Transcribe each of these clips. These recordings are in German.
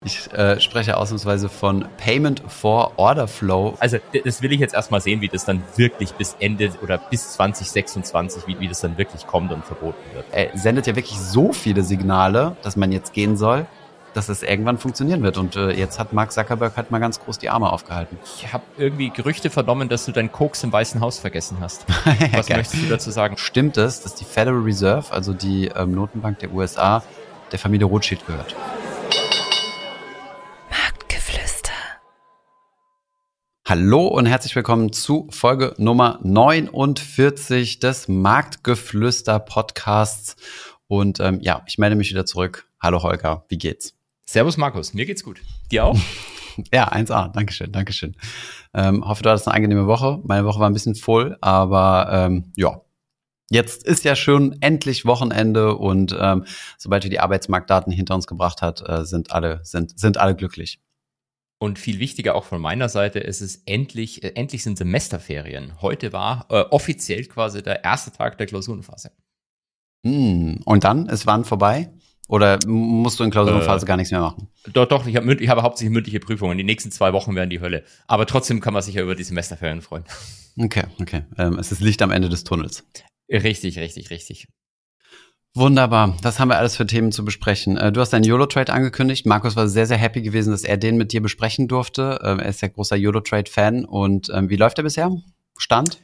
Ich spreche ausnahmsweise von Payment for Order Flow. Also das will ich jetzt erstmal sehen, wie das dann wirklich bis Ende oder bis 2026, wie das dann wirklich kommt und verboten wird. Er sendet ja wirklich so viele Signale, dass man jetzt gehen soll, dass es irgendwann funktionieren wird. Und jetzt hat Mark Zuckerberg halt mal ganz groß die Arme aufgehalten. Ich habe irgendwie Gerüchte vernommen, dass du deinen Koks im Weißen Haus vergessen hast. Was möchtest du dazu sagen? Stimmt es, dass die Federal Reserve, also die Notenbank der USA, der Familie Rothschild gehört? Hallo und herzlich willkommen zu Folge Nummer 49 des Marktgeflüster-Podcasts. Und ich melde mich wieder zurück. Hallo Holger, wie geht's? Servus Markus, mir geht's gut. Dir auch? Ja, 1A, Dankeschön. Hoffe, du hattest eine angenehme Woche. Meine Woche war ein bisschen voll, aber jetzt ist ja schon endlich Wochenende und sobald wir die Arbeitsmarktdaten hinter uns gebracht hat, sind alle glücklich. Und viel wichtiger auch von meiner Seite ist es, endlich sind Semesterferien. Heute war offiziell quasi der erste Tag der Klausurenphase. Und dann, ist wann vorbei? Oder musst du in Klausurenphase gar nichts mehr machen? Doch, ich habe hauptsächlich mündliche Prüfungen. Die nächsten 2 Wochen werden die Hölle. Aber trotzdem kann man sich ja über die Semesterferien freuen. Okay. Es ist Licht am Ende des Tunnels. Richtig. Wunderbar, das haben wir alles für Themen zu besprechen. Du hast deinen YOLO-Trade angekündigt. Markus war sehr, sehr happy gewesen, dass er den mit dir besprechen durfte. Er ist ja großer YOLO-Trade-Fan. Und wie läuft er bisher? Stand?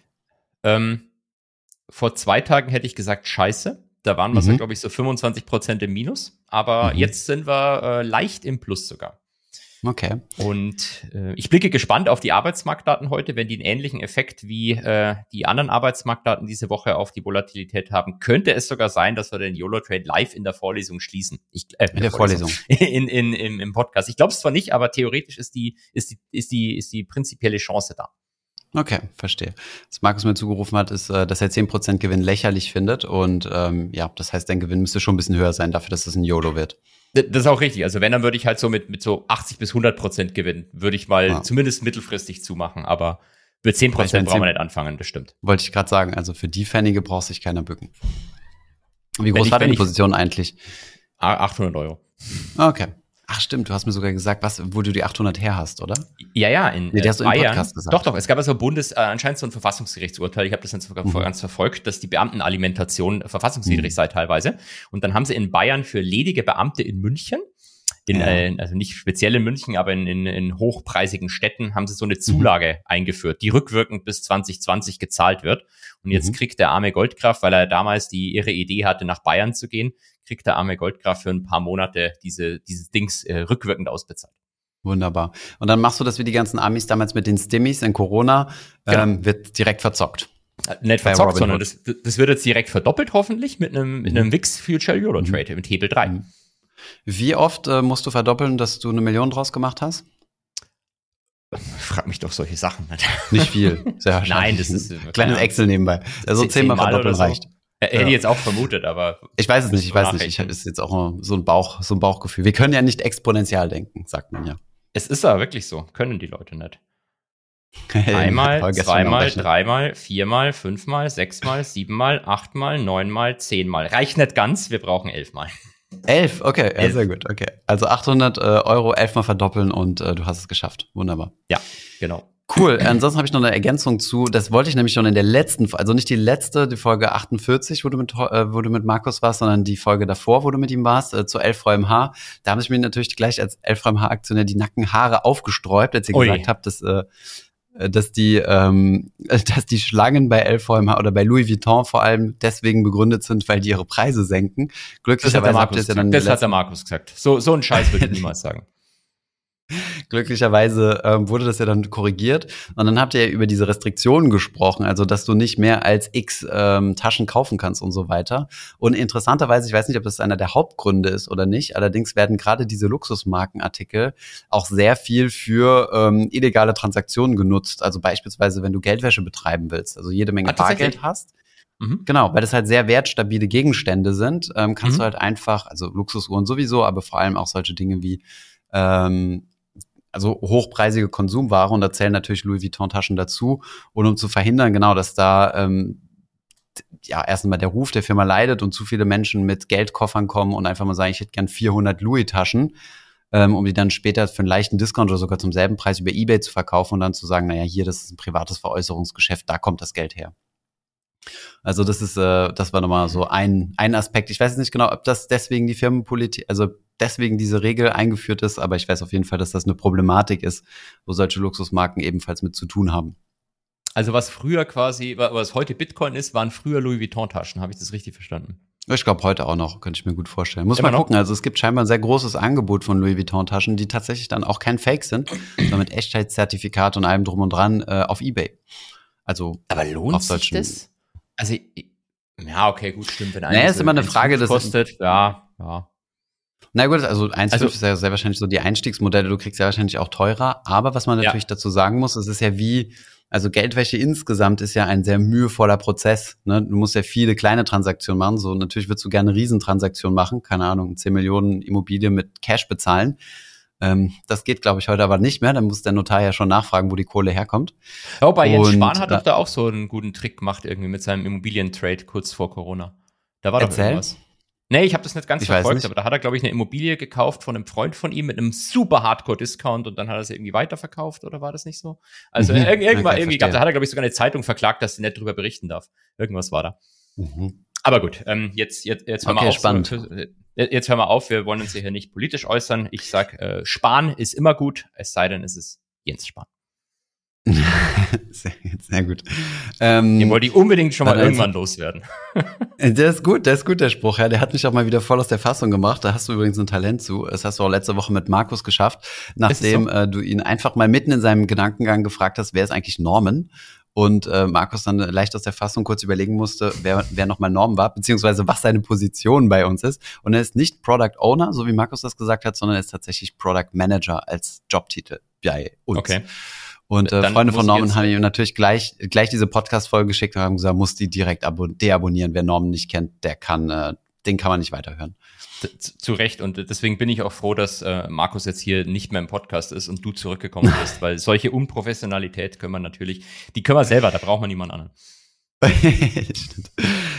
Vor 2 Tagen hätte ich gesagt, scheiße. Da waren wir so, glaube ich, so 25% im Minus. Aber jetzt sind wir leicht im Plus sogar. Okay. Und ich blicke gespannt auf die Arbeitsmarktdaten heute. Wenn die einen ähnlichen Effekt wie die anderen Arbeitsmarktdaten diese Woche auf die Volatilität haben, könnte es sogar sein, dass wir den YOLO-Trade live in der Vorlesung schließen. In der Vorlesung. Im Podcast. Ich glaube es zwar nicht, aber theoretisch ist die prinzipielle Chance da. Okay, verstehe. Was Markus mir zugerufen hat, ist, dass er 10% Gewinn lächerlich findet. Und das heißt, dein Gewinn müsste schon ein bisschen höher sein dafür, dass es ein YOLO wird. Das ist auch richtig. Also wenn, dann würde ich halt so mit so 80-100% gewinnen, würde ich mal zumindest mittelfristig zumachen. Aber mit 10% brauchen wir nicht anfangen, das stimmt. Wollte ich gerade sagen, also für die Pfennige braucht sich keiner bücken. Wie groß war deine Position eigentlich? 800 €. Okay. Ach stimmt, du hast mir sogar gesagt, wo du die 800 her hast, oder? Ja, in die hast du im Bayern. Podcast gesagt. Doch, es gab also anscheinend so ein Verfassungsgerichtsurteil, ich habe das jetzt sogar ganz verfolgt, dass die Beamtenalimentation verfassungswidrig sei teilweise. Und dann haben sie in Bayern für ledige Beamte in München, also nicht speziell in München, aber in hochpreisigen Städten, haben sie so eine Zulage eingeführt, die rückwirkend bis 2020 gezahlt wird. Und jetzt kriegt der arme Goldgraf, weil er damals die irre Idee hatte, nach Bayern zu gehen, kriegt der arme Goldgraf für ein paar Monate dieses Dings rückwirkend ausbezahlt. Wunderbar. Und dann machst du das wie die ganzen Amis damals mit den Stimmis in Corona, wird direkt verzockt. Nicht verzockt, sondern das wird jetzt direkt verdoppelt hoffentlich mit einem VIX Future Euro Trade mit Hebel 3. Wie oft musst du verdoppeln, dass du 1 Million draus gemacht hast? Frag mich doch solche Sachen. Nicht viel. Sehr Nein, das ist kleines Excel nebenbei. Also 10-mal verdoppeln reicht. Hätte ich jetzt auch vermutet, aber ich weiß es nicht. Ich habe jetzt auch so ein Bauchgefühl. Wir können ja nicht exponentiell denken, sagt man ja. Es ist aber wirklich so. Können die Leute nicht. Einmal, zweimal, dreimal, 4-mal, 5-mal, 6-mal, 7-mal, 8-mal, 9-mal, 10-mal. Reicht nicht ganz, wir brauchen 11-mal. 11, okay, 11. Ja, sehr gut, okay. Also 800 € 11-mal verdoppeln und du hast es geschafft. Wunderbar. Ja, genau. Cool. Ansonsten habe ich noch eine Ergänzung zu. Das wollte ich nämlich schon in der letzten, also nicht die Folge 48, wo du mit Markus warst, sondern die Folge davor, wo du mit ihm warst, zu LVMH. Da habe ich mir natürlich gleich als LVMH-Aktionär die Nackenhaare aufgesträubt, als ihr gesagt habt, dass die Schlangen bei LVMH oder bei Louis Vuitton vor allem deswegen begründet sind, weil die ihre Preise senken. Glücklicherweise habt ihr es ja dann. Das hat der Markus gesagt. So ein Scheiß würde ich niemals sagen. Glücklicherweise wurde das ja dann korrigiert und dann habt ihr ja über diese Restriktionen gesprochen, also dass du nicht mehr als X Taschen kaufen kannst und so weiter. Und interessanterweise, ich weiß nicht, ob das einer der Hauptgründe ist oder nicht, allerdings werden gerade diese Luxusmarkenartikel auch sehr viel für illegale Transaktionen genutzt, also beispielsweise, wenn du Geldwäsche betreiben willst, also jede Menge Bargeld hast. Genau, weil das halt sehr wertstabile Gegenstände sind, kannst du halt einfach, also Luxusuhren sowieso, aber vor allem auch solche Dinge wie also hochpreisige Konsumware, und da zählen natürlich Louis Vuitton-Taschen dazu. Und um zu verhindern, genau, dass da erst einmal der Ruf der Firma leidet und zu viele Menschen mit Geldkoffern kommen und einfach mal sagen, ich hätte gern 400 Louis-Taschen, um die dann später für einen leichten Discount oder sogar zum selben Preis über eBay zu verkaufen und dann zu sagen, naja, hier, das ist ein privates Veräußerungsgeschäft, da kommt das Geld her. Also das war nochmal so ein Aspekt. Ich weiß jetzt nicht genau, ob das deswegen die Firmenpolitik, also deswegen diese Regel eingeführt ist, aber ich weiß auf jeden Fall, dass das eine Problematik ist, wo solche Luxusmarken ebenfalls mit zu tun haben. Also was früher quasi, was heute Bitcoin ist, waren früher Louis Vuitton-Taschen. Habe ich das richtig verstanden? Ich glaube, heute auch noch, könnte ich mir gut vorstellen. Muss Immer mal noch? gucken, also es gibt scheinbar ein sehr großes Angebot von Louis Vuitton-Taschen, die tatsächlich dann auch kein Fake sind, sondern mit Echtheitszertifikat und allem drum und dran auf eBay. Also aber lohnt auf sich das? Also, ja, okay, gut, stimmt. Wenn naja, ist immer eine Frage, das kostet, ja. Na gut, also 1,5 ist ja sehr wahrscheinlich so die Einstiegsmodelle, du kriegst ja wahrscheinlich auch teurer, aber was man natürlich dazu sagen muss, es ist ja also Geldwäsche insgesamt ist ja ein sehr mühevoller Prozess, ne? Du musst ja viele kleine Transaktionen machen, so natürlich würdest du gerne eine Riesentransaktion machen, keine Ahnung, 10 Millionen Immobilie mit Cash bezahlen. Das geht, glaube ich, heute aber nicht mehr, dann muss der Notar ja schon nachfragen, wo die Kohle herkommt. Bei Jens Spahn hat doch da auch so einen guten Trick gemacht, irgendwie mit seinem Immobilientrade kurz vor Corona. Da war doch irgendwas. Nee, ich habe das nicht ganz verfolgt, aber da hat er, glaube ich, eine Immobilie gekauft von einem Freund von ihm mit einem super Hardcore-Discount und dann hat er sie irgendwie weiterverkauft, oder war das nicht so? Also irgendwie gab, da hat er, glaube ich, sogar eine Zeitung verklagt, dass sie nicht drüber berichten darf. Irgendwas war da. Aber gut, jetzt hören wir auf. Spannend. Jetzt hören wir auf, wir wollen uns hier nicht politisch äußern. Ich sag, Spahn ist immer gut, es sei denn, es ist Jens Spahn. Sehr gut. Den wollte ich unbedingt schon mal irgendwann loswerden. Der ist gut, der Spruch. Ja, der hat mich auch mal wieder voll aus der Fassung gemacht. Da hast du übrigens ein Talent zu. Das hast du auch letzte Woche mit Markus geschafft, nachdem du ihn einfach mal mitten in seinem Gedankengang gefragt hast, wer ist eigentlich Norman? Und Markus dann leicht aus der Fassung kurz überlegen musste, wer nochmal Norman war, beziehungsweise was seine Position bei uns ist. Und er ist nicht Product Owner, so wie Markus das gesagt hat, sondern er ist tatsächlich Product Manager als Jobtitel bei uns. Okay. Und Freunde von Norman haben ihm natürlich gleich diese Podcast-Folge geschickt und haben gesagt, muss die direkt deabonnieren. Wer Norman nicht kennt, den kann man nicht weiterhören. Zu Recht. Und deswegen bin ich auch froh, dass Markus jetzt hier nicht mehr im Podcast ist und du zurückgekommen bist, weil solche Unprofessionalität können wir selber, da braucht man niemand anderen. Stimmt.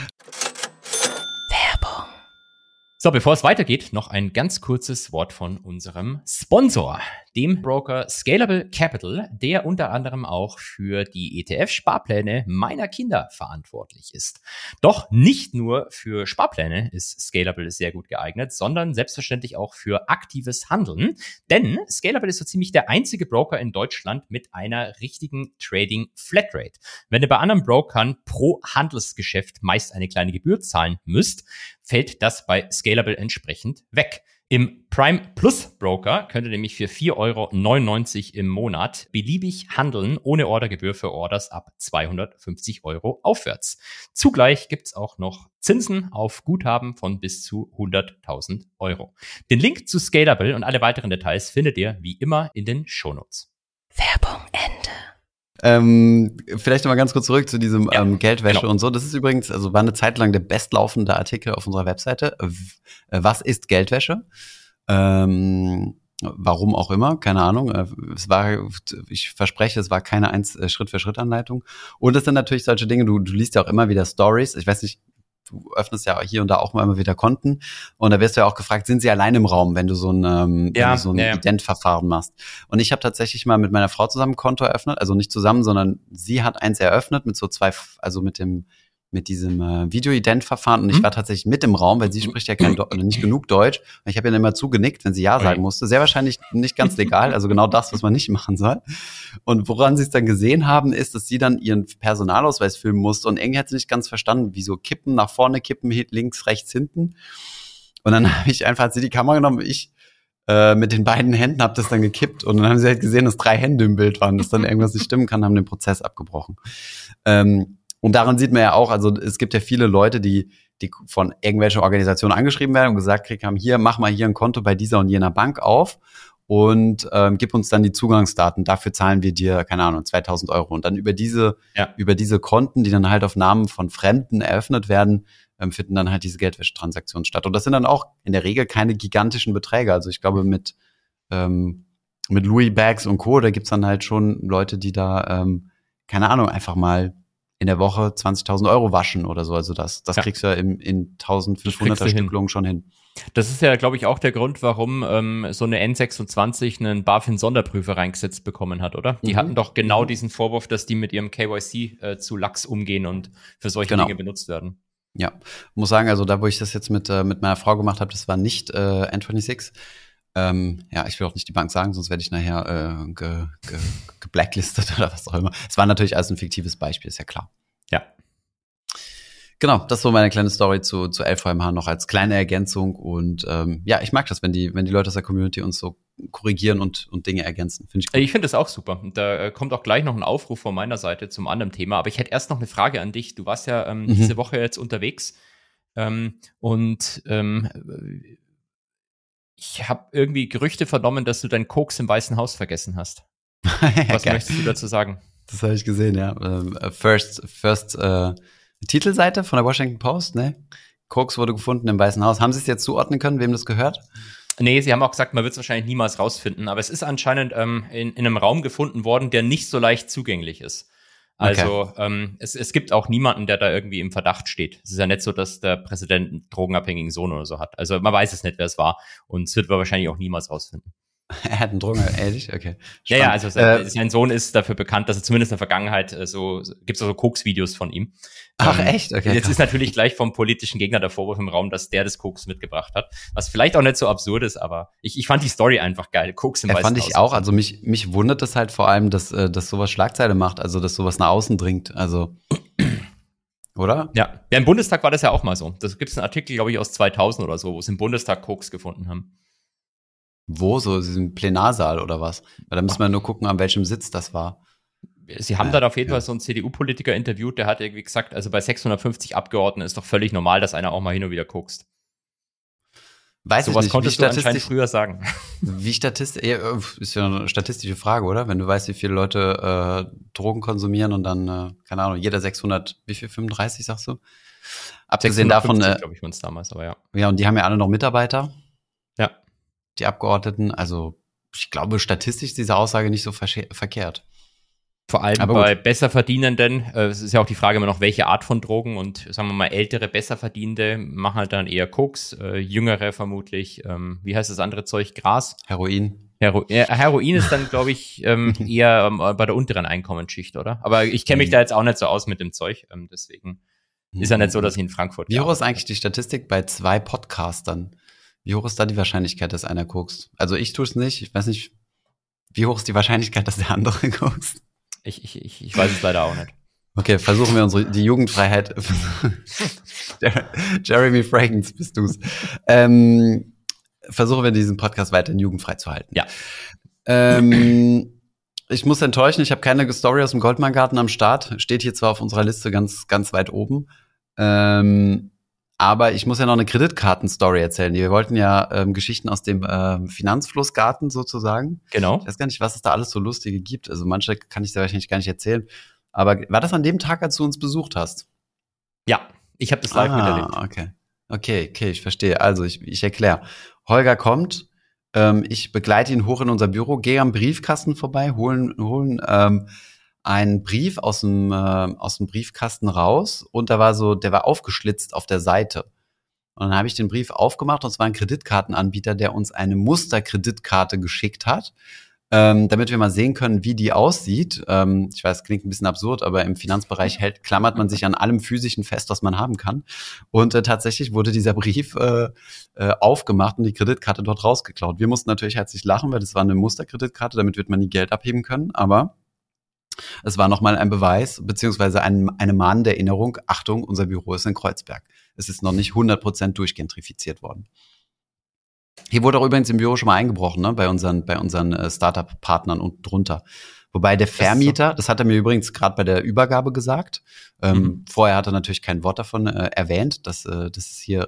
So, bevor es weitergeht, noch ein ganz kurzes Wort von unserem Sponsor, dem Broker Scalable Capital, der unter anderem auch für die ETF-Sparpläne meiner Kinder verantwortlich ist. Doch nicht nur für Sparpläne ist Scalable sehr gut geeignet, sondern selbstverständlich auch für aktives Handeln. Denn Scalable ist so ziemlich der einzige Broker in Deutschland mit einer richtigen Trading Flatrate. Wenn ihr bei anderen Brokern pro Handelsgeschäft meist eine kleine Gebühr zahlen müsst, fällt das bei Scalable entsprechend weg. Im Prime Plus Broker könnt ihr nämlich für 4,99 € im Monat beliebig handeln, ohne Ordergebühr für Orders ab 250 € aufwärts. Zugleich gibt's auch noch Zinsen auf Guthaben von bis zu 100.000 €. Den Link zu Scalable und alle weiteren Details findet ihr wie immer in den Shownotes. Werbung Ende. Vielleicht nochmal ganz kurz zurück zu diesem Geldwäsche und so. Das ist übrigens, also war eine Zeit lang der bestlaufende Artikel auf unserer Webseite. Was ist Geldwäsche? Warum auch immer, keine Ahnung. Ich verspreche, es war keine Schritt-für-Schritt-Anleitung. Und es sind natürlich solche Dinge, du liest ja auch immer wieder Stories. Ich weiß nicht, du öffnest ja hier und da auch mal immer wieder Konten und da wirst du ja auch gefragt, sind sie allein im Raum, wenn du so ein Identverfahren machst. Und ich habe tatsächlich mal mit meiner Frau zusammen ein Konto eröffnet, also nicht zusammen, sondern sie hat eins eröffnet mit so mit diesem Video-Ident-Verfahren und ich war tatsächlich mit im Raum, weil sie spricht ja nicht genug Deutsch. Und ich habe ihr dann immer zugenickt, wenn sie Ja sagen musste. Sehr wahrscheinlich nicht ganz legal, also genau das, was man nicht machen soll. Und woran sie es dann gesehen haben, ist, dass sie dann ihren Personalausweis filmen musste und irgendwie hat sie nicht ganz verstanden, wieso kippen, nach vorne kippen, links, rechts, hinten. Und dann hat sie die Kamera genommen, ich mit den beiden Händen habe das dann gekippt und dann haben sie halt gesehen, dass 3 Hände im Bild waren, dass dann irgendwas nicht stimmen kann, haben den Prozess abgebrochen. Und daran sieht man ja auch, also es gibt ja viele Leute, die von irgendwelchen Organisationen angeschrieben werden und gesagt haben, hier, mach mal hier ein Konto bei dieser und jener Bank auf und gib uns dann die Zugangsdaten. Dafür zahlen wir dir, keine Ahnung, 2.000 €. Und dann über diese Konten, die dann halt auf Namen von Fremden eröffnet werden, finden dann halt diese Geldwäschetransaktionen statt. Und das sind dann auch in der Regel keine gigantischen Beträge. Also ich glaube, mit Louis Bags und Co., da gibt's dann halt schon Leute, die da, keine Ahnung, einfach mal in der Woche 20.000 Euro waschen oder so. Also das kriegst du ja in 1.500er Stückelungen schon hin. Das ist ja, glaube ich, auch der Grund, warum so eine N26 einen BaFin-Sonderprüfer reingesetzt bekommen hat, oder? Die hatten doch genau diesen Vorwurf, dass die mit ihrem KYC zu lax umgehen und für solche Dinge benutzt werden. Ja, muss sagen, also da, wo ich das jetzt mit meiner Frau gemacht habe, das war nicht N26. Ja, ich will auch nicht die Bank sagen, sonst werde ich nachher geblacklistet oder was auch immer. Es war natürlich alles ein fiktives Beispiel, ist ja klar. Ja. Genau, das ist so meine kleine Story zu LVMH noch als kleine Ergänzung. Und ja, ich mag das, wenn die Leute aus der Community uns so korrigieren und Dinge ergänzen. Find ich gut. Ich finde das auch super. Und da kommt auch gleich noch ein Aufruf von meiner Seite zum anderen Thema. Aber ich hätte erst noch eine Frage an dich. Du warst ja diese Woche jetzt unterwegs. Ich habe irgendwie Gerüchte vernommen, dass du deinen Koks im Weißen Haus vergessen hast. Was möchtest du dazu sagen? Das habe ich gesehen, ja. First Titelseite von der Washington Post, ne? Koks wurde gefunden im Weißen Haus. Haben Sie es jetzt zuordnen können, wem das gehört? Nee, sie haben auch gesagt, man wird es wahrscheinlich niemals rausfinden. Aber es ist anscheinend in einem Raum gefunden worden, der nicht so leicht zugänglich ist. Also es gibt auch niemanden, der da irgendwie im Verdacht steht. Es ist ja nicht so, dass der Präsident einen drogenabhängigen Sohn oder so hat. Also man weiß es nicht, wer es war. Und es wird man wahrscheinlich auch niemals rausfinden. Er hat einen Drogen, ehrlich? Okay. Ja, also sein Sohn ist dafür bekannt, dass er zumindest in der Vergangenheit gibt's so Koks-Videos von ihm. Ach, echt? Okay. Jetzt ist natürlich gleich vom politischen Gegner der Vorwurf im Raum, dass der das Koks mitgebracht hat. Was vielleicht auch nicht so absurd ist, aber ich fand die Story einfach geil. Koks im Weißen Haus. Fand ich auch. Also mich wundert es halt vor allem, dass sowas Schlagzeile macht, also dass sowas nach außen dringt. Also, oder? Ja, im Bundestag war das ja auch mal so. Da gibt's einen Artikel, glaube ich, aus 2000 oder so, wo sie im Bundestag Koks gefunden haben. Wo? So im Plenarsaal oder was? Weil da müssen wir nur gucken, an welchem Sitz das war. Sie haben dann auf jeden Fall so einen CDU-Politiker interviewt, der hat irgendwie gesagt, also bei 650 Abgeordneten ist doch völlig normal, dass einer auch mal hin und wieder kokst. Weiß Sowas ich nicht. Konntest du anscheinend früher sagen. Wie statistisch, ist ja eine statistische Frage, oder? Wenn du weißt, wie viele Leute Drogen konsumieren und dann, keine Ahnung, jeder 600, wie viel, 35 sagst du? Abgesehen davon, glaube ich, waren es damals, aber ja. Ja, und die haben ja alle noch Mitarbeiter. Ja. Die Abgeordneten, also ich glaube, statistisch ist diese Aussage nicht so verkehrt. Vor allem bei Besserverdienenden, es ist ja auch die Frage immer noch, welche Art von Drogen, und sagen wir mal, ältere Besserverdienende machen halt dann eher Koks, jüngere vermutlich, wie heißt das andere Zeug, Gras? Heroin. Heroin ist dann, glaube ich, eher bei der unteren Einkommensschicht, oder? Aber ich kenne mich da jetzt auch nicht so aus mit dem Zeug, deswegen ist ja nicht so, dass ich in Frankfurt Wie hoch ist eigentlich die Statistik bei 2 Podcastern? Wie hoch ist da die Wahrscheinlichkeit, dass einer kokst? Also ich tue es nicht, ich weiß nicht, wie hoch ist die Wahrscheinlichkeit, dass der andere kokst? Ich weiß es leider auch nicht. Okay, versuchen wir die Jugendfreiheit. Jeremy Fragrance, bist du's. Versuchen wir diesen Podcast weiterhin jugendfrei zu halten. Ja. Ich muss enttäuschen, ich habe keine Story aus dem Goldmann-Garten am Start. Steht hier zwar auf unserer Liste ganz, ganz weit oben. Aber ich muss ja noch eine Kreditkarten-Story erzählen. Wir wollten ja Geschichten aus dem Finanzflussgarten sozusagen. Genau. Ich weiß gar nicht, was es da alles so Lustige gibt. Also manche kann ich dir wahrscheinlich gar nicht erzählen. Aber war das an dem Tag, als du uns besucht hast? Ja, ich habe das live miterlebt. Okay, ich verstehe. Also ich erkläre. Holger kommt, ich begleite ihn hoch in unser Büro, gehe am Briefkasten vorbei, holen einen Brief aus dem Briefkasten raus und der war aufgeschlitzt auf der Seite. Und dann habe ich den Brief aufgemacht und es war ein Kreditkartenanbieter, der uns eine Musterkreditkarte geschickt hat, damit wir mal sehen können, wie die aussieht. Ich weiß, klingt ein bisschen absurd, aber im Finanzbereich klammert man sich an allem Physischen fest, was man haben kann. Und tatsächlich wurde dieser Brief aufgemacht und die Kreditkarte dort rausgeklaut. Wir mussten natürlich herzlich lachen, weil das war eine Musterkreditkarte, damit wird man nie Geld abheben können, aber es war nochmal ein Beweis, beziehungsweise eine mahnende Erinnerung. Achtung, unser Büro ist in Kreuzberg. Es ist noch nicht 100% durchgentrifiziert worden. Hier wurde auch übrigens im Büro schon mal eingebrochen, ne, bei unseren Startup-Partnern unten drunter. Wobei der Vermieter, das hat er mir übrigens gerade bei der Übergabe gesagt, vorher hat er natürlich kein Wort davon erwähnt, dass es hier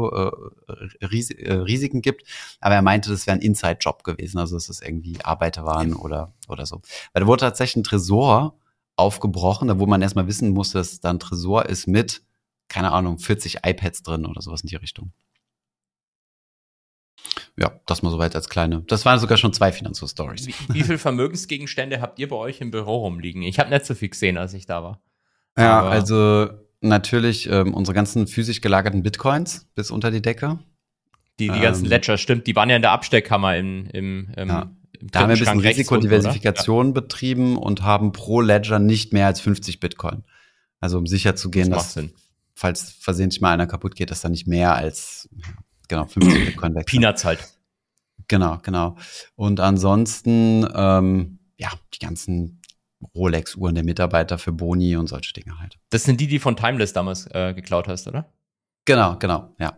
Risiken gibt, aber er meinte, das wäre ein Inside-Job gewesen, also dass es irgendwie Arbeiter waren oder so. Weil da wurde tatsächlich ein Tresor aufgebrochen, da wo man erstmal wissen musste, dass da ein Tresor ist mit, keine Ahnung, 40 iPads drin oder sowas in die Richtung. Ja, das mal soweit als kleine. Das waren sogar schon 2 Finanzstories. Wie viele Vermögensgegenstände habt ihr bei euch im Büro rumliegen? Ich habe nicht so viel gesehen, als ich da war. Ja, also natürlich unsere ganzen physisch gelagerten Bitcoins bis unter die Decke. Die ganzen Ledger, stimmt, die waren ja in der Abstellkammer im Da haben wir ein bisschen Schrank rechts unten, Risikodiversifikation betrieben und haben pro Ledger nicht mehr als 50 Bitcoin. Also um sicher zu gehen, dass falls versehentlich mal einer kaputt geht, dass da nicht mehr als 50 Bitcoin weg sind. Peanuts halt. Genau. Und ansonsten, die ganzen Rolex-Uhren der Mitarbeiter für Boni und solche Dinge halt. Das sind die von Timeless damals geklaut hast, oder? Genau, ja.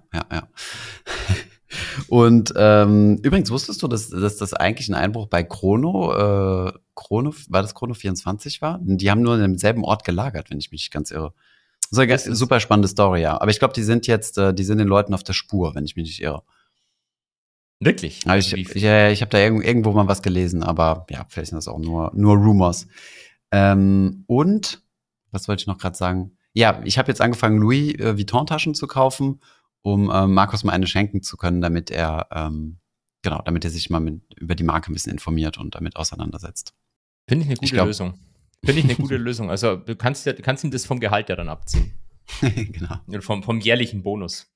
Und übrigens wusstest du, dass das eigentlich ein Einbruch bei Chrono war das Chrono 24 war? Die haben nur in demselben Ort gelagert, wenn ich mich nicht ganz irre. So eine super spannende Story, ja. Aber ich glaube, die sind den Leuten auf der Spur, wenn ich mich nicht irre. Wirklich? Also ich habe da irgendwo mal was gelesen, aber ja, vielleicht sind das auch nur Rumors. Und, was wollte ich noch gerade sagen? Ja, ich habe jetzt angefangen, Louis Vuitton-Taschen zu kaufen, um Markus mal eine schenken zu können, damit er sich mal über die Marke ein bisschen informiert und damit auseinandersetzt. Finde ich eine gute Lösung. Also du kannst ihm das vom Gehalt ja dann abziehen. Genau. Oder vom jährlichen Bonus.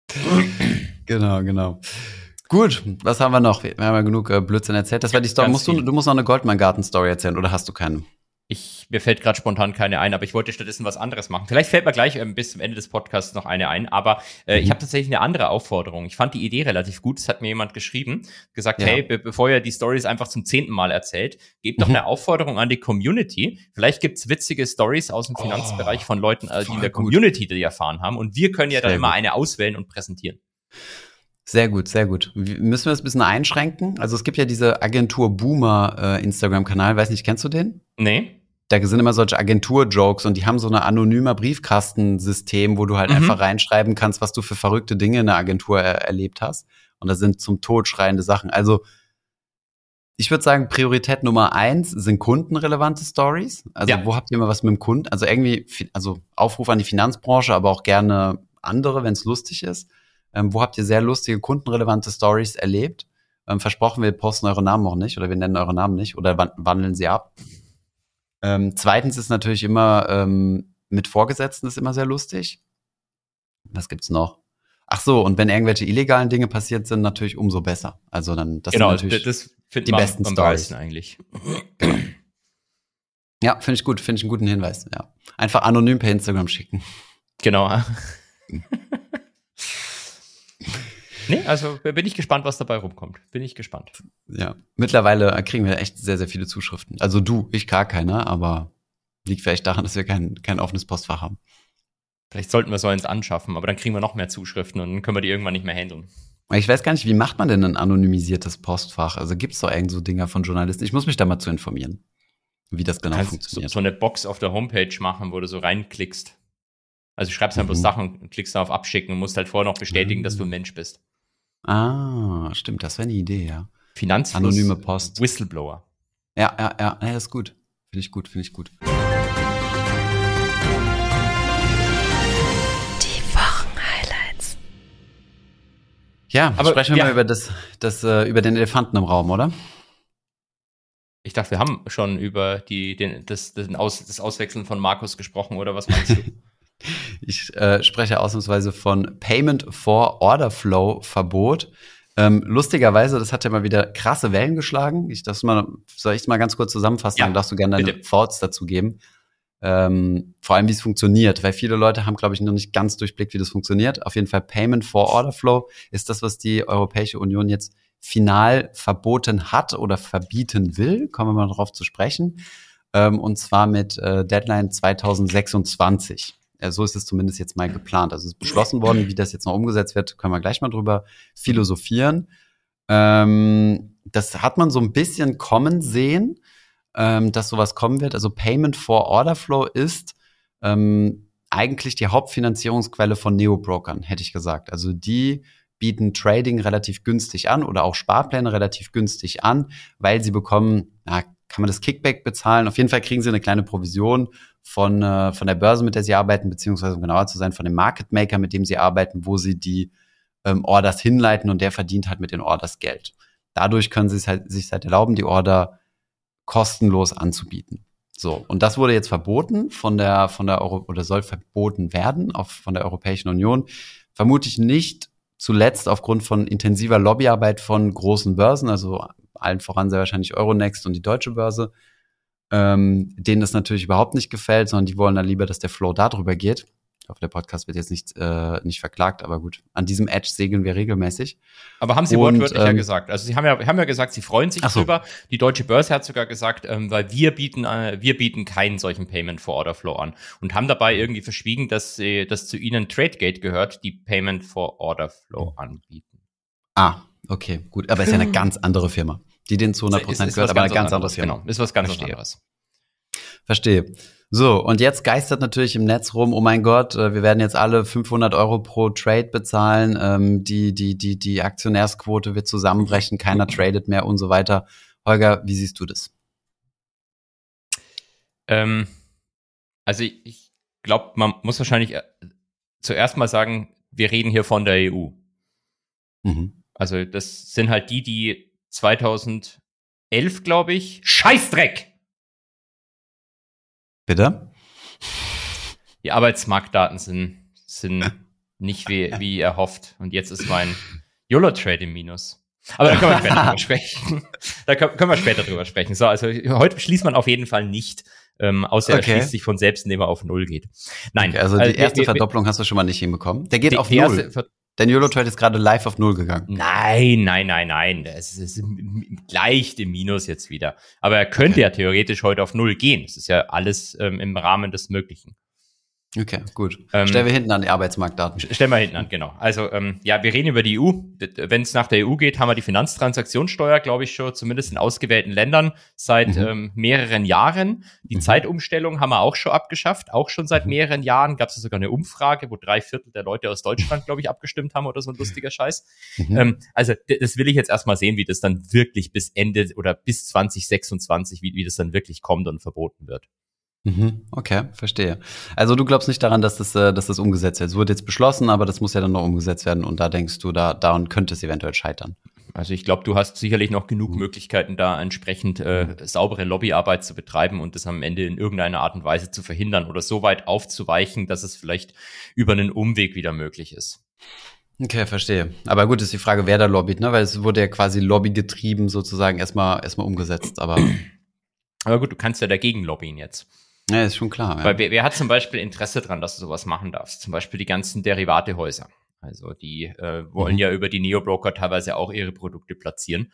Genau. Gut, was haben wir noch? Wir haben ja genug Blödsinn erzählt. Das war die Story. Du musst noch eine Goldman-Garten-Story erzählen, oder hast du keine? Mir fällt gerade spontan keine ein, aber ich wollte stattdessen was anderes machen. Vielleicht fällt mir gleich bis zum Ende des Podcasts noch eine ein, aber ich habe tatsächlich eine andere Aufforderung. Ich fand die Idee relativ gut. Es hat mir jemand geschrieben, gesagt, hey, bevor ihr die Stories einfach zum 10. Mal erzählt, gebt doch eine Aufforderung an die Community. Vielleicht gibt's witzige Stories aus dem Finanzbereich von Leuten, die in der Community die erfahren haben, und wir können ja dann immer eine auswählen und präsentieren. Sehr gut. Müssen wir das ein bisschen einschränken? Also es gibt ja diese Agentur Boomer Instagram-Kanal, weiß nicht, kennst du den? Nee. Da sind immer solche Agentur-Jokes und die haben so eine anonyme Briefkastensystem, wo du halt einfach reinschreiben kannst, was du für verrückte Dinge in der Agentur erlebt hast. Und das sind zum Tod schreiende Sachen. Also ich würde sagen, Priorität Nummer 1 sind kundenrelevante Stories. Also wo habt ihr mal was mit dem Kunden? Also irgendwie, Aufruf an die Finanzbranche, aber auch gerne andere, wenn es lustig ist. Wo habt ihr sehr lustige, kundenrelevante Stories erlebt? Versprochen, wir posten eure Namen auch nicht oder wir nennen eure Namen nicht oder wandeln sie ab. Zweitens ist natürlich immer mit Vorgesetzten ist immer sehr lustig. Was gibt's noch? Ach so, und wenn irgendwelche illegalen Dinge passiert sind, natürlich umso besser. Also dann, das sind natürlich die besten Stories eigentlich. Genau. Ja, finde ich gut, finde ich einen guten Hinweis. Ja, einfach anonym per Instagram schicken. Genau. Nee, also bin ich gespannt, was dabei rumkommt. Bin ich gespannt. Ja, mittlerweile kriegen wir echt sehr, sehr viele Zuschriften. Also ich gar keine, aber liegt vielleicht daran, dass wir kein offenes Postfach haben. Vielleicht sollten wir so eins anschaffen, aber dann kriegen wir noch mehr Zuschriften und dann können wir die irgendwann nicht mehr handeln. Ich weiß gar nicht, wie macht man denn ein anonymisiertes Postfach? Also gibt's doch irgend so Dinger von Journalisten? Ich muss mich da mal zu informieren, wie das genau funktioniert. So eine Box auf der Homepage machen, wo du so reinklickst. Also du schreibst einfach Sachen und klickst da auf Abschicken und musst halt vorher noch bestätigen, dass du ein Mensch bist. Ah, stimmt, das wäre eine Idee, ja. Finanzfluss, anonyme Post. Whistleblower. Ja, das ist gut. Finde ich gut. Die Wochenhighlights. Ja, aber sprechen wir mal über den Elefanten im Raum, oder? Ich dachte, wir haben schon über das Auswechseln von Markus gesprochen, oder was meinst du? Ich spreche ausnahmsweise von Payment for Order Flow Verbot. Lustigerweise, das hat ja mal wieder krasse Wellen geschlagen. Soll ich mal ganz kurz zusammenfassen? Ja, dann darfst du gerne deine Thoughts dazu geben. Vor allem, wie es funktioniert, weil viele Leute haben, glaube ich, noch nicht ganz durchblickt, wie das funktioniert. Auf jeden Fall Payment for Order Flow ist das, was die Europäische Union jetzt final verboten hat oder verbieten will. Kommen wir mal drauf zu sprechen. Und zwar mit Deadline 2026. So ist es zumindest jetzt mal geplant. Also es ist beschlossen worden, wie das jetzt noch umgesetzt wird, können wir gleich mal drüber philosophieren. Das hat man so ein bisschen kommen sehen, dass sowas kommen wird. Also Payment for Order Flow ist eigentlich die Hauptfinanzierungsquelle von Neobrokern, hätte ich gesagt. Also die bieten Trading relativ günstig an oder auch Sparpläne relativ günstig an, weil sie bekommen, kann man das Kickback bezahlen? Auf jeden Fall kriegen sie eine kleine Provision von der Börse, mit der sie arbeiten, beziehungsweise um genauer zu sein, von dem Market Maker, mit dem sie arbeiten, wo sie die Orders hinleiten und der verdient halt mit den Orders Geld. Dadurch können sie sich halt erlauben, die Order kostenlos anzubieten. So, und das wurde jetzt verboten von der oder soll verboten werden von der Europäischen Union. Vermutlich nicht zuletzt aufgrund von intensiver Lobbyarbeit von großen Börsen, also allen voran sehr wahrscheinlich Euronext und die Deutsche Börse, denen das natürlich überhaupt nicht gefällt, sondern die wollen dann lieber, dass der Flow da drüber geht. Ich hoffe, der Podcast wird jetzt nicht verklagt, aber gut, an diesem Edge segeln wir regelmäßig. Aber haben sie wortwörtlich ja gesagt. Also sie haben ja gesagt, sie freuen sich drüber. Die Deutsche Börse hat sogar gesagt, weil wir bieten keinen solchen Payment for Order Flow an und haben dabei irgendwie verschwiegen, dass zu ihnen TradeGate gehört, die Payment for Order Flow anbieten. Ah, okay, gut. Aber ist ja eine ganz andere Firma, die denen zu 100% gehört, aber eine ganz andere Firma. Genau, ist was ganz anderes. Verstehe. So, und jetzt geistert natürlich im Netz rum, oh mein Gott, wir werden jetzt alle 500 Euro pro Trade bezahlen, die Aktionärsquote wird zusammenbrechen, keiner tradet mehr und so weiter. Holger, wie siehst du das? Also ich glaube, man muss wahrscheinlich zuerst mal sagen, wir reden hier von der EU. Mhm. Also das sind halt die 2011, glaube ich, Scheißdreck! Bitte? Die Arbeitsmarktdaten sind nicht wie erhofft. Und jetzt ist mein YOLO-Trade im Minus. Aber da können wir später drüber sprechen. Können wir später drüber sprechen. So, also heute schließt man auf jeden Fall nicht, außer er schließt sich von selbst, indem er auf 0 geht. Nein. Okay, also die erste Verdopplung hast du schon mal nicht hinbekommen. Der geht auf 0. Dein YOLO-Trade ist gerade live auf 0 gegangen. Nein. Es ist leicht im Minus jetzt wieder. Aber er könnte ja theoretisch heute auf 0 gehen. Das ist ja alles im Rahmen des Möglichen. Okay, gut. Stellen wir hinten an die Arbeitsmarktdaten. Stellen wir hinten an, genau. Also, wir reden über die EU. Wenn es nach der EU geht, haben wir die Finanztransaktionssteuer, glaube ich, schon zumindest in ausgewählten Ländern seit mehreren Jahren. Die Zeitumstellung haben wir auch schon abgeschafft, auch schon seit mehreren Jahren. Gab es sogar eine Umfrage, wo 3/4 der Leute aus Deutschland, glaube ich, abgestimmt haben oder so ein lustiger Scheiß. Also, das will ich jetzt erstmal sehen, wie das dann wirklich bis Ende oder bis 2026, wie das dann wirklich kommt und verboten wird. Okay, verstehe. Also du glaubst nicht daran, dass das umgesetzt wird. Es wurde jetzt beschlossen, aber das muss ja dann noch umgesetzt werden und da denkst du, daran könnte es eventuell scheitern. Also ich glaube, du hast sicherlich noch genug Möglichkeiten, da entsprechend saubere Lobbyarbeit zu betreiben und das am Ende in irgendeiner Art und Weise zu verhindern oder so weit aufzuweichen, dass es vielleicht über einen Umweg wieder möglich ist. Okay, verstehe. Aber gut, ist die Frage, wer da lobbyt, ne? Weil es wurde ja quasi lobbygetrieben sozusagen erstmal umgesetzt, aber gut, du kannst ja dagegen lobbyen jetzt. Ja, ist schon klar. Ja. Weil wer hat zum Beispiel Interesse dran, dass du sowas machen darfst? Zum Beispiel die ganzen Derivatehäuser. Also die wollen ja über die Neobroker teilweise auch ihre Produkte platzieren.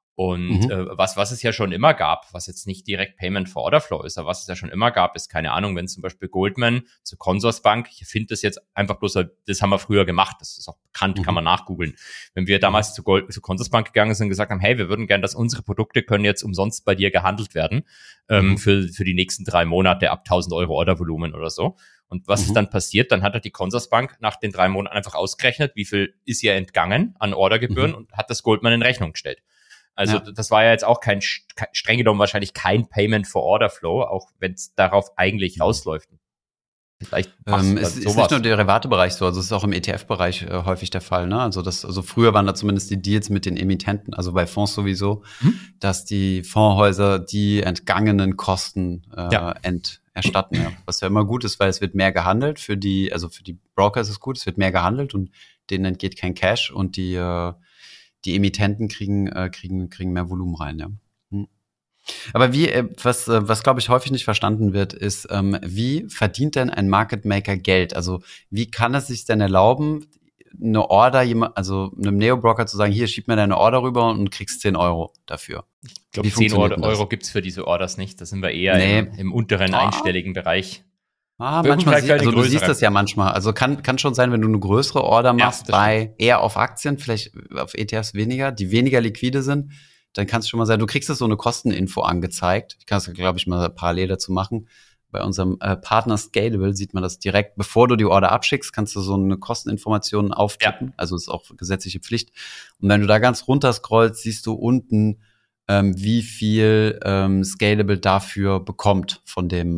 Und was es ja schon immer gab, was jetzt nicht direkt Payment for Order Flow ist, aber was es ja schon immer gab, ist, keine Ahnung, wenn zum Beispiel Goldman zur Consorsbank, ich finde das jetzt einfach bloß, das haben wir früher gemacht, das ist auch bekannt, kann man nachgoogeln. Wenn wir damals zu Consorsbank gegangen sind und gesagt haben, hey, wir würden gern, dass unsere Produkte können jetzt umsonst bei dir gehandelt werden, für die nächsten 3 Monate ab 1.000 Euro Ordervolumen oder so. Und was ist dann passiert? Dann hat die Consorsbank nach den 3 Monaten einfach ausgerechnet, wie viel ist ihr entgangen an Ordergebühren und hat das Goldman in Rechnung gestellt. Also das war ja jetzt auch streng genommen wahrscheinlich kein Payment for Order Flow, auch wenn es darauf eigentlich rausläuft. Vielleicht es ist nicht nur im Derivatebereich so, also es ist auch im ETF-Bereich häufig der Fall, ne? Also früher waren da zumindest die Deals mit den Emittenten, also bei Fonds sowieso, dass die Fondshäuser die entgangenen Kosten erstatten, ja. Was ja immer gut ist, weil es wird mehr gehandelt für die Broker ist es gut, es wird mehr gehandelt und denen entgeht kein Cash und die Emittenten kriegen mehr Volumen rein, ja. Aber was glaube ich häufig nicht verstanden wird, ist, wie verdient denn ein Market Maker Geld? Also wie kann es sich denn erlauben, eine Order also einem Neobroker zu sagen, hier, schieb mir deine Order rüber und kriegst 10 Euro dafür? Ich glaube, 10 Euro gibt's für diese Orders nicht. Da sind wir eher im unteren einstelligen Bereich. Manchmal, also du siehst das ja manchmal. Also kann schon sein, wenn du eine größere Order machst, eher auf Aktien, vielleicht auf ETFs weniger, die weniger liquide sind, dann kann es schon mal sein, du kriegst so eine Kosteninfo angezeigt. Ich kann es, glaube ich, mal parallel dazu machen. Bei unserem Partner Scalable sieht man das direkt, bevor du die Order abschickst, kannst du so eine Kosteninformation auftippen. Ja. Also ist auch gesetzliche Pflicht. Und wenn du da ganz runter scrollst, siehst du unten, wie viel Scalable dafür bekommt von dem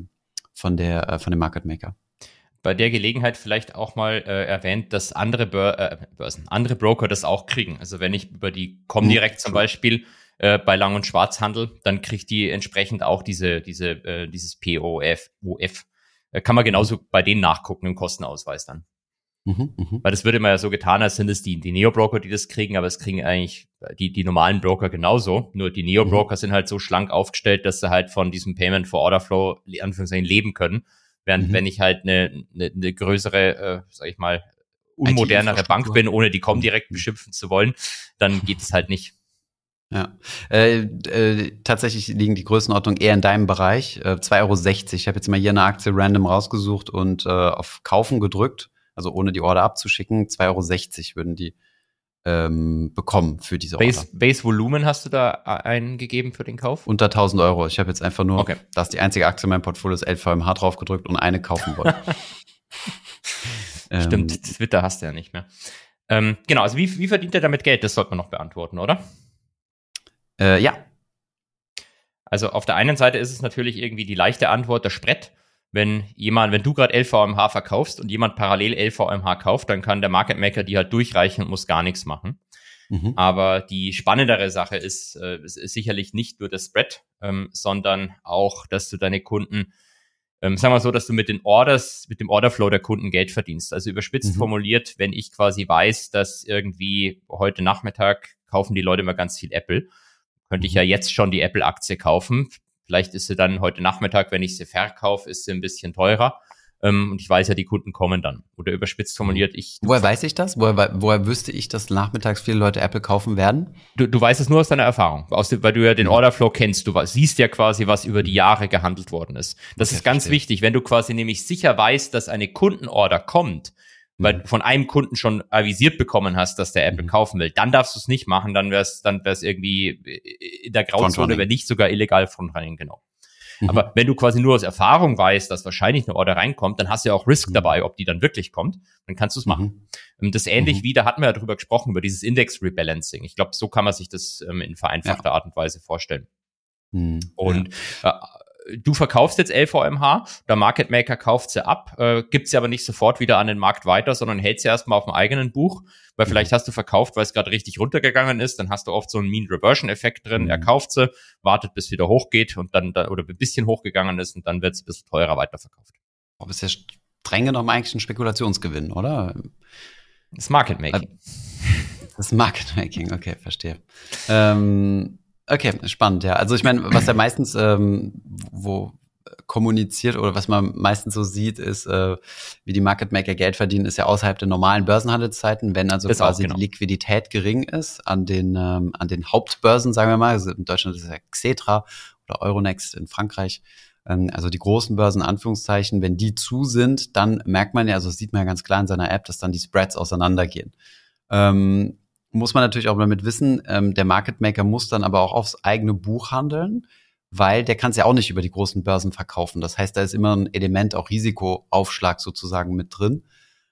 Market Maker. Bei der Gelegenheit vielleicht auch mal erwähnt, dass andere Börsen, andere Broker das auch kriegen. Also wenn ich über die Comdirect zum Beispiel bei Lang- und Schwarzhandel, dann kriegt die entsprechend auch dieses POF. Kann man genauso bei denen nachgucken im Kostenausweis dann. Weil das wird immer ja so getan, als sind es die Neo-Broker, die das kriegen, aber es kriegen eigentlich die normalen Broker genauso. Nur die Neo-Broker sind halt so schlank aufgestellt, dass sie halt von diesem Payment for Order Flow Anführungszeichen leben können. Während wenn ich halt eine größere, sag ich mal, unmodernere Bank bin, ohne die Comdirect beschimpfen zu wollen, dann geht es halt nicht. Ja, tatsächlich liegen die Größenordnung eher in deinem Bereich. 2,60 €. Ich habe jetzt mal hier eine Aktie random rausgesucht und auf Kaufen gedrückt. Also ohne die Order abzuschicken, 2,60 € würden die bekommen für diese Order. Base-Volumen hast du da eingegeben für den Kauf? Unter 1.000 €. Ich habe jetzt einfach nur, da ist die einzige Aktie in meinem Portfolio, ist LVMH drauf gedrückt und eine kaufen wollen. Stimmt, Twitter hast du ja nicht mehr. Genau, also wie verdient er damit Geld? Das sollte man noch beantworten, oder? Ja. Also auf der einen Seite ist es natürlich irgendwie die leichte Antwort, der Spread. Wenn du gerade LVMH verkaufst und jemand parallel LVMH kauft, dann kann der Market Maker die halt durchreichen und muss gar nichts machen. Aber die spannendere Sache ist sicherlich nicht nur der Spread, sondern auch, dass du deine Kunden, sagen wir so, dass du mit dem Orderflow der Kunden Geld verdienst. Also überspitzt formuliert, wenn ich quasi weiß, dass irgendwie heute Nachmittag kaufen die Leute mal ganz viel Apple, könnte ich ja jetzt schon die Apple-Aktie kaufen. Vielleicht ist sie dann heute Nachmittag, wenn ich sie verkaufe, ist sie ein bisschen teurer. Und ich weiß ja, die Kunden kommen dann. Oder überspitzt formuliert, Woher weiß ich das? Woher wüsste ich, dass nachmittags viele Leute Apple kaufen werden? Du weißt es nur aus deiner Erfahrung, weil du ja den Orderflow kennst. Du siehst ja quasi, was über die Jahre gehandelt worden ist. Das ist ganz wichtig. Wenn du quasi nämlich sicher weißt, dass eine Kundenorder kommt, weil von einem Kunden schon avisiert bekommen hast, dass der Apple kaufen will, dann darfst du es nicht machen, dann wär's irgendwie in der Grauzone, wenn nicht sogar illegal Frontrunning, genau. Aber wenn du quasi nur aus Erfahrung weißt, dass wahrscheinlich eine Order reinkommt, dann hast du ja auch Risk dabei, ob die dann wirklich kommt, dann kannst du es machen. Das ähnlich wie, da hatten wir ja drüber gesprochen, über dieses Index-Rebalancing. Ich glaube, so kann man sich das in vereinfachter Art und Weise vorstellen. Und du verkaufst jetzt LVMH, der Market Maker kauft sie ab, gibt sie aber nicht sofort wieder an den Markt weiter, sondern hält sie erstmal auf dem eigenen Buch, weil vielleicht hast du verkauft, weil es gerade richtig runtergegangen ist, dann hast du oft so einen Mean Reversion Effekt drin, er kauft sie, wartet bis wieder hochgeht und dann oder ein bisschen hochgegangen ist und dann wird es ein bisschen teurer weiterverkauft. Aber ist ja streng genommen eigentlich ein Spekulationsgewinn, oder? Das Market Making. Das Market Making, okay, verstehe. Okay, spannend, ja. Also ich meine, was ja meistens wo kommuniziert oder was man meistens so sieht, ist, wie die Market Maker Geld verdienen, ist ja außerhalb der normalen Börsenhandelszeiten, wenn also quasi die Liquidität gering ist an den Hauptbörsen, sagen wir mal. Also in Deutschland ist es ja Xetra oder Euronext in Frankreich. Also die großen Börsen, Anführungszeichen, wenn die zu sind, dann merkt man ja, also das sieht man ja ganz klar in seiner App, dass dann die Spreads auseinandergehen. Muss man natürlich auch damit wissen, der Market Maker muss dann aber auch aufs eigene Buch handeln, weil der kann es ja auch nicht über die großen Börsen verkaufen. Das heißt, da ist immer ein Element, auch Risikoaufschlag sozusagen mit drin,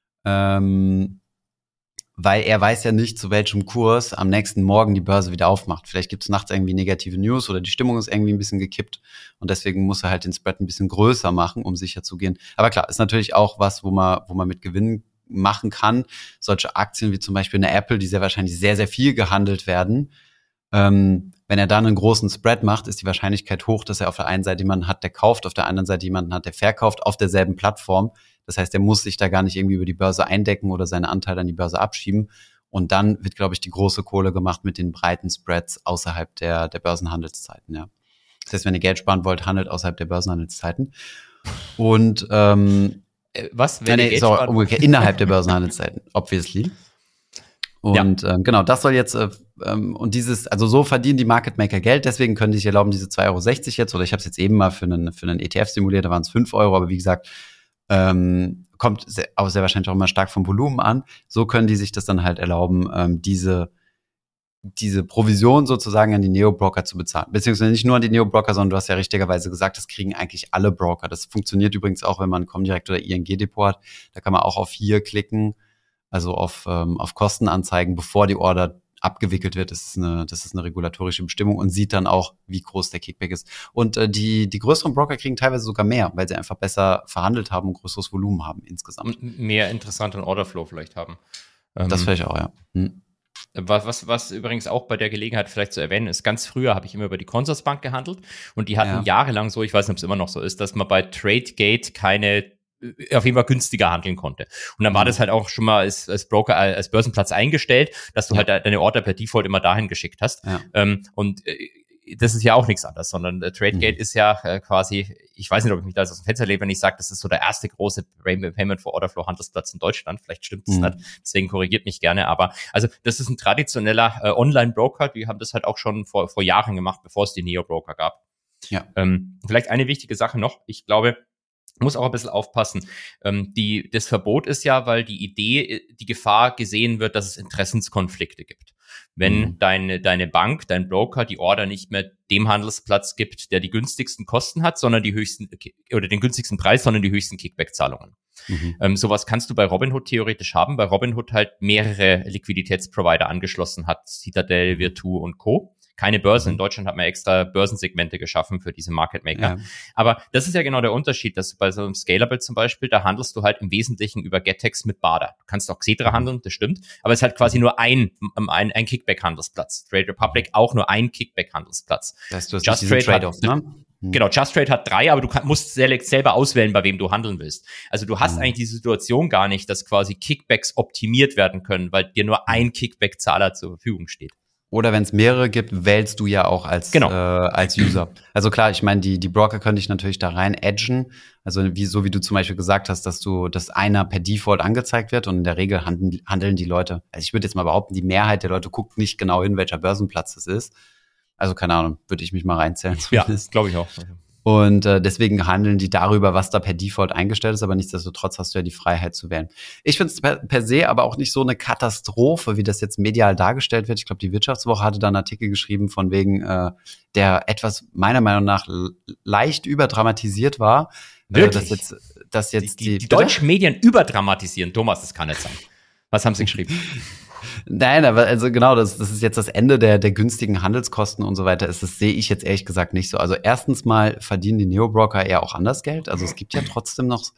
weil er weiß ja nicht, zu welchem Kurs am nächsten Morgen die Börse wieder aufmacht. Vielleicht gibt es nachts irgendwie negative News oder die Stimmung ist irgendwie ein bisschen gekippt und deswegen muss er halt den Spread ein bisschen größer machen, um sicher zu gehen. Aber klar, ist natürlich auch was, wo man mit Gewinnen machen kann. Solche Aktien wie zum Beispiel eine Apple, die sehr wahrscheinlich sehr, sehr viel gehandelt werden. Wenn er dann einen großen Spread macht, ist die Wahrscheinlichkeit hoch, dass er auf der einen Seite jemanden hat, der kauft, auf der anderen Seite jemanden hat, der verkauft, auf derselben Plattform. Das heißt, er muss sich da gar nicht irgendwie über die Börse eindecken oder seine Anteile an die Börse abschieben. Und dann wird, glaube ich, die große Kohle gemacht mit den breiten Spreads außerhalb der Börsenhandelszeiten, ja. Das heißt, wenn ihr Geld sparen wollt, handelt außerhalb der Börsenhandelszeiten. Und was? Umgekehrt, innerhalb der Börsenhandelszeiten, obviously. Und genau, das soll jetzt und also so verdienen die Market Maker Geld, deswegen können die sich erlauben, diese 2,60 € jetzt, oder ich habe es jetzt eben mal für einen ETF simuliert, da waren es 5 €, aber wie gesagt, kommt auch sehr wahrscheinlich auch immer stark vom Volumen an. So können die sich das dann halt erlauben, diese Provision sozusagen an die Neo-Broker zu bezahlen. Beziehungsweise nicht nur an die Neo-Broker, sondern du hast ja richtigerweise gesagt, das kriegen eigentlich alle Broker. Das funktioniert übrigens auch, wenn man Comdirect oder ING-Depot hat. Da kann man auch auf hier klicken, also auf Kostenanzeigen, bevor die Order abgewickelt wird. Das ist eine regulatorische Bestimmung und sieht dann auch, wie groß der Kickback ist. Und die größeren Broker kriegen teilweise sogar mehr, weil sie einfach besser verhandelt haben und größeres Volumen haben insgesamt. Mehr interessanteren Orderflow vielleicht haben. Das vielleicht auch, ja. Was übrigens auch bei der Gelegenheit vielleicht zu erwähnen ist, ganz früher habe ich immer über die Consorsbank gehandelt und die hatten jahrelang so, ich weiß nicht, ob es immer noch so ist, dass man bei TradeGate auf jeden Fall günstiger handeln konnte. Und dann war das halt auch schon mal als Broker, als Börsenplatz eingestellt, dass du halt deine Order per Default immer dahin geschickt hast. Ja. Das ist ja auch nichts anderes, sondern TradeGate ist ja quasi, ich weiß nicht, ob ich mich da aus dem Fenster lebe, wenn ich sage, das ist so der erste große Payment for Order Flow Handelsplatz in Deutschland. Vielleicht stimmt es nicht, deswegen korrigiert mich gerne. Aber also das ist ein traditioneller Online-Broker, die haben das halt auch schon vor Jahren gemacht, bevor es die Neo-Broker gab. Ja. Vielleicht eine wichtige Sache noch, ich glaube, muss auch ein bisschen aufpassen. Das Verbot ist ja, weil die Gefahr gesehen wird, dass es Interessenskonflikte gibt. Wenn deine Bank, dein Broker die Order nicht mehr dem Handelsplatz gibt, der die günstigsten Kosten hat, sondern den günstigsten Preis, sondern die höchsten Kickback-Zahlungen. Sowas kannst du bei Robinhood theoretisch haben, weil Robinhood halt mehrere Liquiditätsprovider angeschlossen hat, Citadel, Virtu und Co. Keine Börse. In Deutschland hat man extra Börsensegmente geschaffen für diese Market Maker. Ja. Aber das ist ja genau der Unterschied, dass bei so einem Scalable zum Beispiel, da handelst du halt im Wesentlichen über Getex mit Bader. Du kannst auch Xetra handeln, das stimmt. Aber es ist halt quasi nur ein Kickback-Handelsplatz. Trade Republic auch nur ein Kickback-Handelsplatz. Das heißt, du hast Just Trade Trade-off, ne? Genau, Just Trade hat 3, aber du musst selber auswählen, bei wem du handeln willst. Also du hast eigentlich die Situation gar nicht, dass quasi Kickbacks optimiert werden können, weil dir nur ein Kickback-Zahler zur Verfügung steht. Oder wenn es mehrere gibt, wählst du ja auch als User. Also klar, ich meine, die Broker können dich natürlich da rein edgen. Also wie du zum Beispiel gesagt hast, dass einer per Default angezeigt wird und in der Regel handeln die Leute. Also ich würde jetzt mal behaupten, die Mehrheit der Leute guckt nicht genau hin, welcher Börsenplatz es ist. Also keine Ahnung, würde ich mich mal reinzählen. Zumindest. Ja, glaube ich auch. Und deswegen handeln die darüber, was da per Default eingestellt ist, aber nichtsdestotrotz hast du ja die Freiheit zu wählen. Ich finde es per se aber auch nicht so eine Katastrophe, wie das jetzt medial dargestellt wird. Ich glaube, die Wirtschaftswoche hatte da einen Artikel geschrieben, von wegen, der etwas meiner Meinung nach leicht überdramatisiert war. Wirklich? Dass jetzt die deutschen Medien überdramatisieren. Thomas, das kann nicht sein. Was haben sie geschrieben? Nein, aber also genau, das ist jetzt das Ende der günstigen Handelskosten und so weiter. Das sehe ich jetzt ehrlich gesagt nicht so. Also erstens mal verdienen die Neobroker eher auch anders Geld. Also es gibt ja trotzdem noch,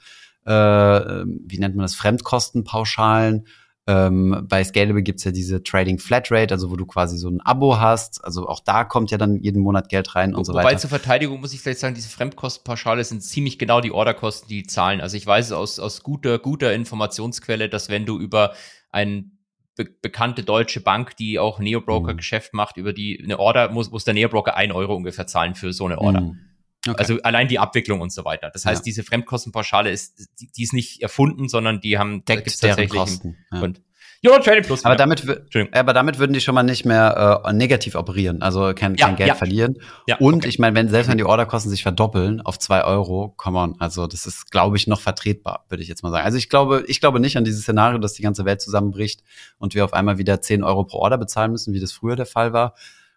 wie nennt man das, Fremdkostenpauschalen. Bei Scalable gibt's ja diese Trading Flatrate, also wo du quasi so ein Abo hast. Also auch da kommt ja dann jeden Monat Geld rein und so weiter. Wobei zur Verteidigung muss ich vielleicht sagen, diese Fremdkostenpauschale sind ziemlich genau die Orderkosten, die zahlen. Also ich weiß es aus guter Informationsquelle, dass wenn du über ein bekannte deutsche Bank, die auch Neobroker-Geschäft macht, über eine Order muss der Neobroker 1 Euro ungefähr zahlen für so eine Order. Okay. Also allein die Abwicklung und so weiter. Das heißt, diese Fremdkostenpauschale die ist nicht erfunden, sondern die haben deckt deren Kosten. Ja, Trading Plus. Aber damit würden die schon mal nicht mehr negativ operieren, also kein Geld verlieren. Ja, und ich meine, wenn die Orderkosten sich verdoppeln auf 2 Euro, come on, also das ist, glaube ich, noch vertretbar, würde ich jetzt mal sagen. Also ich glaube nicht an dieses Szenario, dass die ganze Welt zusammenbricht und wir auf einmal wieder 10 Euro pro Order bezahlen müssen, wie das früher der Fall war.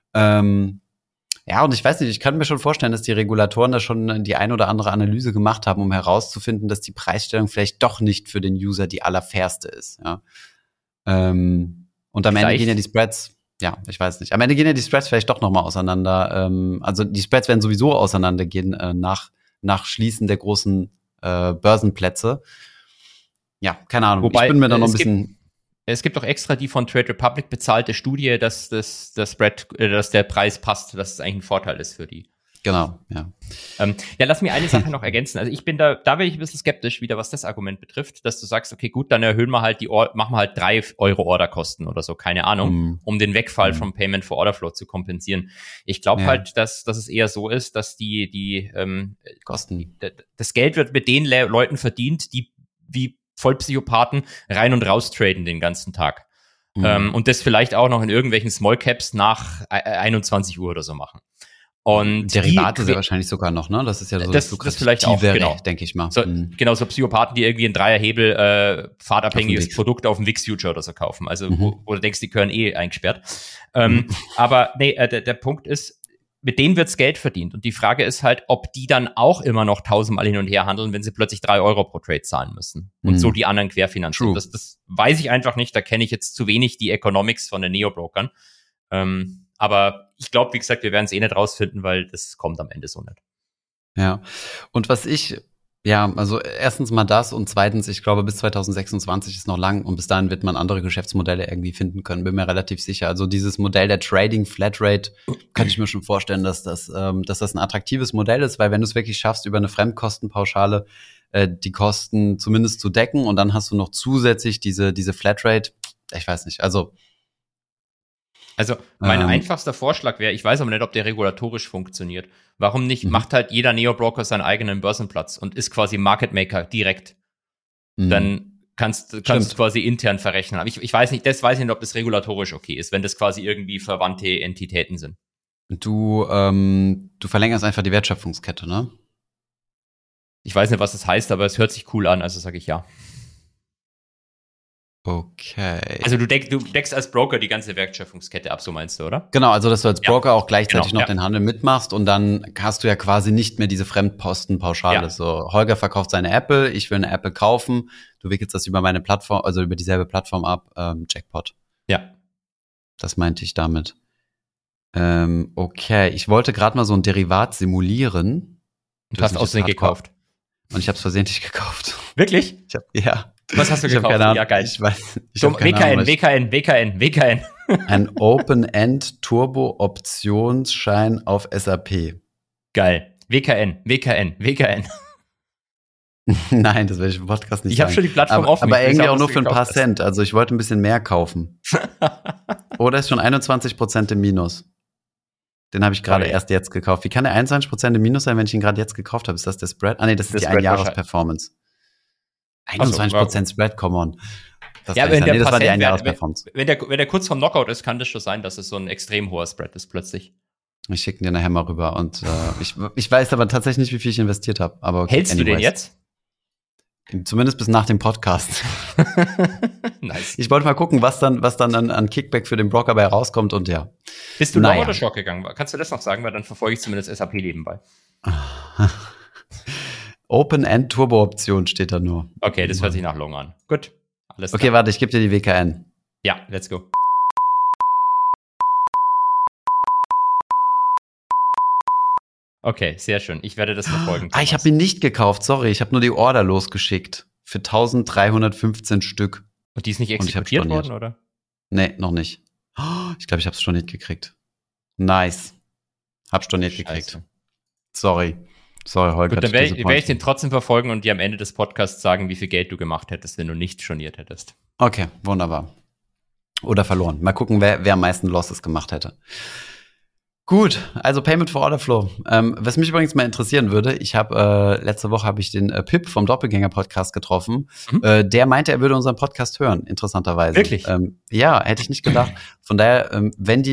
Ja, und ich weiß nicht, ich kann mir schon vorstellen, dass die Regulatoren da schon die ein oder andere Analyse gemacht haben, um herauszufinden, dass die Preisstellung vielleicht doch nicht für den User die allerfairste ist, ja. Und am Ende gehen ja die Spreads, ja, ich weiß nicht. Am Ende gehen ja die Spreads vielleicht doch nochmal auseinander. Also die Spreads werden sowieso auseinandergehen nach Schließen der großen Börsenplätze. Ja, keine Ahnung. Wobei, ich bin mir da noch ein bisschen. Es gibt auch extra die von Trade Republic bezahlte Studie, dass der Preis passt, dass es eigentlich ein Vorteil ist für die. Genau, ja. Lass mich eine Sache noch ergänzen. Also ich bin da bin ich ein bisschen skeptisch wieder, was das Argument betrifft, dass du sagst, okay, gut, dann erhöhen wir halt machen wir halt 3 Euro Orderkosten oder so, keine Ahnung, um den Wegfall vom Payment for Order Flow zu kompensieren. Ich glaube halt, dass es eher so ist, dass die Kosten. Das Geld wird mit den Leuten verdient, die wie Vollpsychopathen rein und raus traden den ganzen Tag. Und das vielleicht auch noch in irgendwelchen Small Caps nach 21 Uhr oder so machen. Und Derivate sehr wahrscheinlich sogar noch, ne? Das ist ja so das vielleicht auch, genau. Denke ich mal. So, genau, so Psychopathen, die irgendwie ein Dreierhebel fahrtabhängiges Produkt auf dem VIX-Future oder so kaufen. Also wo du denkst, die gehören eingesperrt. Aber nee, der Punkt ist, mit denen wirds Geld verdient. Und die Frage ist halt, ob die dann auch immer noch 1000-mal hin und her handeln, wenn sie plötzlich 3 Euro pro Trade zahlen müssen. Und so die anderen querfinanzieren. Das weiß ich einfach nicht. Da kenne ich jetzt zu wenig die Economics von den Neo-Brokern. Aber ich glaube, wie gesagt, wir werden es nicht rausfinden, weil das kommt am Ende so nicht. Ja, und was ich Ja, also erstens mal das und zweitens, ich glaube, bis 2026 ist noch lang und bis dahin wird man andere Geschäftsmodelle irgendwie finden können, bin mir relativ sicher. Also dieses Modell der Trading Flatrate kann ich mir schon vorstellen, dass das ein attraktives Modell ist, weil wenn du es wirklich schaffst, über eine Fremdkostenpauschale die Kosten zumindest zu decken und dann hast du noch zusätzlich diese Flatrate, ich weiß nicht, also mein einfachster Vorschlag wäre, ich weiß aber nicht, ob der regulatorisch funktioniert. Warum nicht? Macht halt jeder Neo-Broker seinen eigenen Börsenplatz und ist quasi Market Maker direkt. Dann kannst du quasi intern verrechnen. Aber ich weiß nicht, ob das regulatorisch okay ist, wenn das quasi irgendwie verwandte Entitäten sind. Du verlängerst einfach die Wertschöpfungskette, ne? Ich weiß nicht, was das heißt, aber es hört sich cool an, also sage ich ja. Okay. Also du deckst als Broker die ganze Wertschöpfungskette ab, so meinst du, oder? Genau, also dass du als Broker auch gleichzeitig noch den Handel mitmachst und dann hast du ja quasi nicht mehr diese Fremdpostenpauschale. Ja. So, Holger verkauft seine Apple, ich will eine Apple kaufen, du wickelst das über meine Plattform, also über dieselbe Plattform ab, Jackpot. Ja. Das meinte ich damit. Okay, ich wollte gerade mal so ein Derivat simulieren. Du hast außerdem gekauft. Und ich habe es versehentlich gekauft. Wirklich? Ja. Was hast du Ich hab gekauft? keine Ahnung. Ja, geil. Ich weiß. WKN. Ein Open-End-Turbo-Optionsschein auf SAP. Geil. WKN. Nein, das werde ich im Podcast nicht Ich habe sagen. schon die Plattform offen. Aber irgendwie auch nur für ein paar Cent. Also ich wollte ein bisschen mehr kaufen. Oder ist schon 21% im Minus. Den habe ich gerade erst jetzt gekauft. Wie kann der 21% im Minus sein, wenn ich ihn gerade jetzt gekauft habe? Ist das der Spread? Ah nee, das ist die Einjahres-Performance. 21% Spread, come on. Das war die Einjahres-Performance. Wenn der kurz vorm Knockout ist, kann das schon sein, dass es so ein extrem hoher Spread ist plötzlich. Ich schicke dir nachher mal rüber. Und ich weiß aber tatsächlich nicht, wie viel ich investiert habe. Aber okay, hältst du den jetzt? Zumindest bis nach dem Podcast. Nice. Ich wollte mal gucken, was dann an Kickback für den Broker bei rauskommt und ja. Bist du long oder short gegangen? Kannst du das noch sagen? Weil dann verfolge ich zumindest SAP nebenbei. Open-End-Turbo-Option steht da nur. Okay, das hört sich nach long an. Gut, alles klar. Okay, warte, ich gebe dir die WKN. Ja, let's go. Okay, sehr schön. Ich werde das verfolgen. Ich habe ihn nicht gekauft, sorry. Ich habe nur die Order losgeschickt. Für 1315 Stück. Und die ist nicht exekutiert worden, oder? Nee, noch nicht. Ich glaube, ich habe es storniert gekriegt. Nice. Hab storniert gekriegt. Sorry, Holger. Gut, dann werde ich den trotzdem verfolgen und dir am Ende des Podcasts sagen, wie viel Geld du gemacht hättest, wenn du nicht storniert hättest. Okay, wunderbar. Oder verloren. Mal gucken, wer am meisten Losses gemacht hätte. Gut, also Payment for Order Flow. Was mich übrigens mal interessieren würde, letzte Woche habe ich den Pip vom Doppelgänger-Podcast getroffen. Der meinte, er würde unseren Podcast hören, interessanterweise. Wirklich? Ja, hätte ich nicht gedacht. Von daher, wenn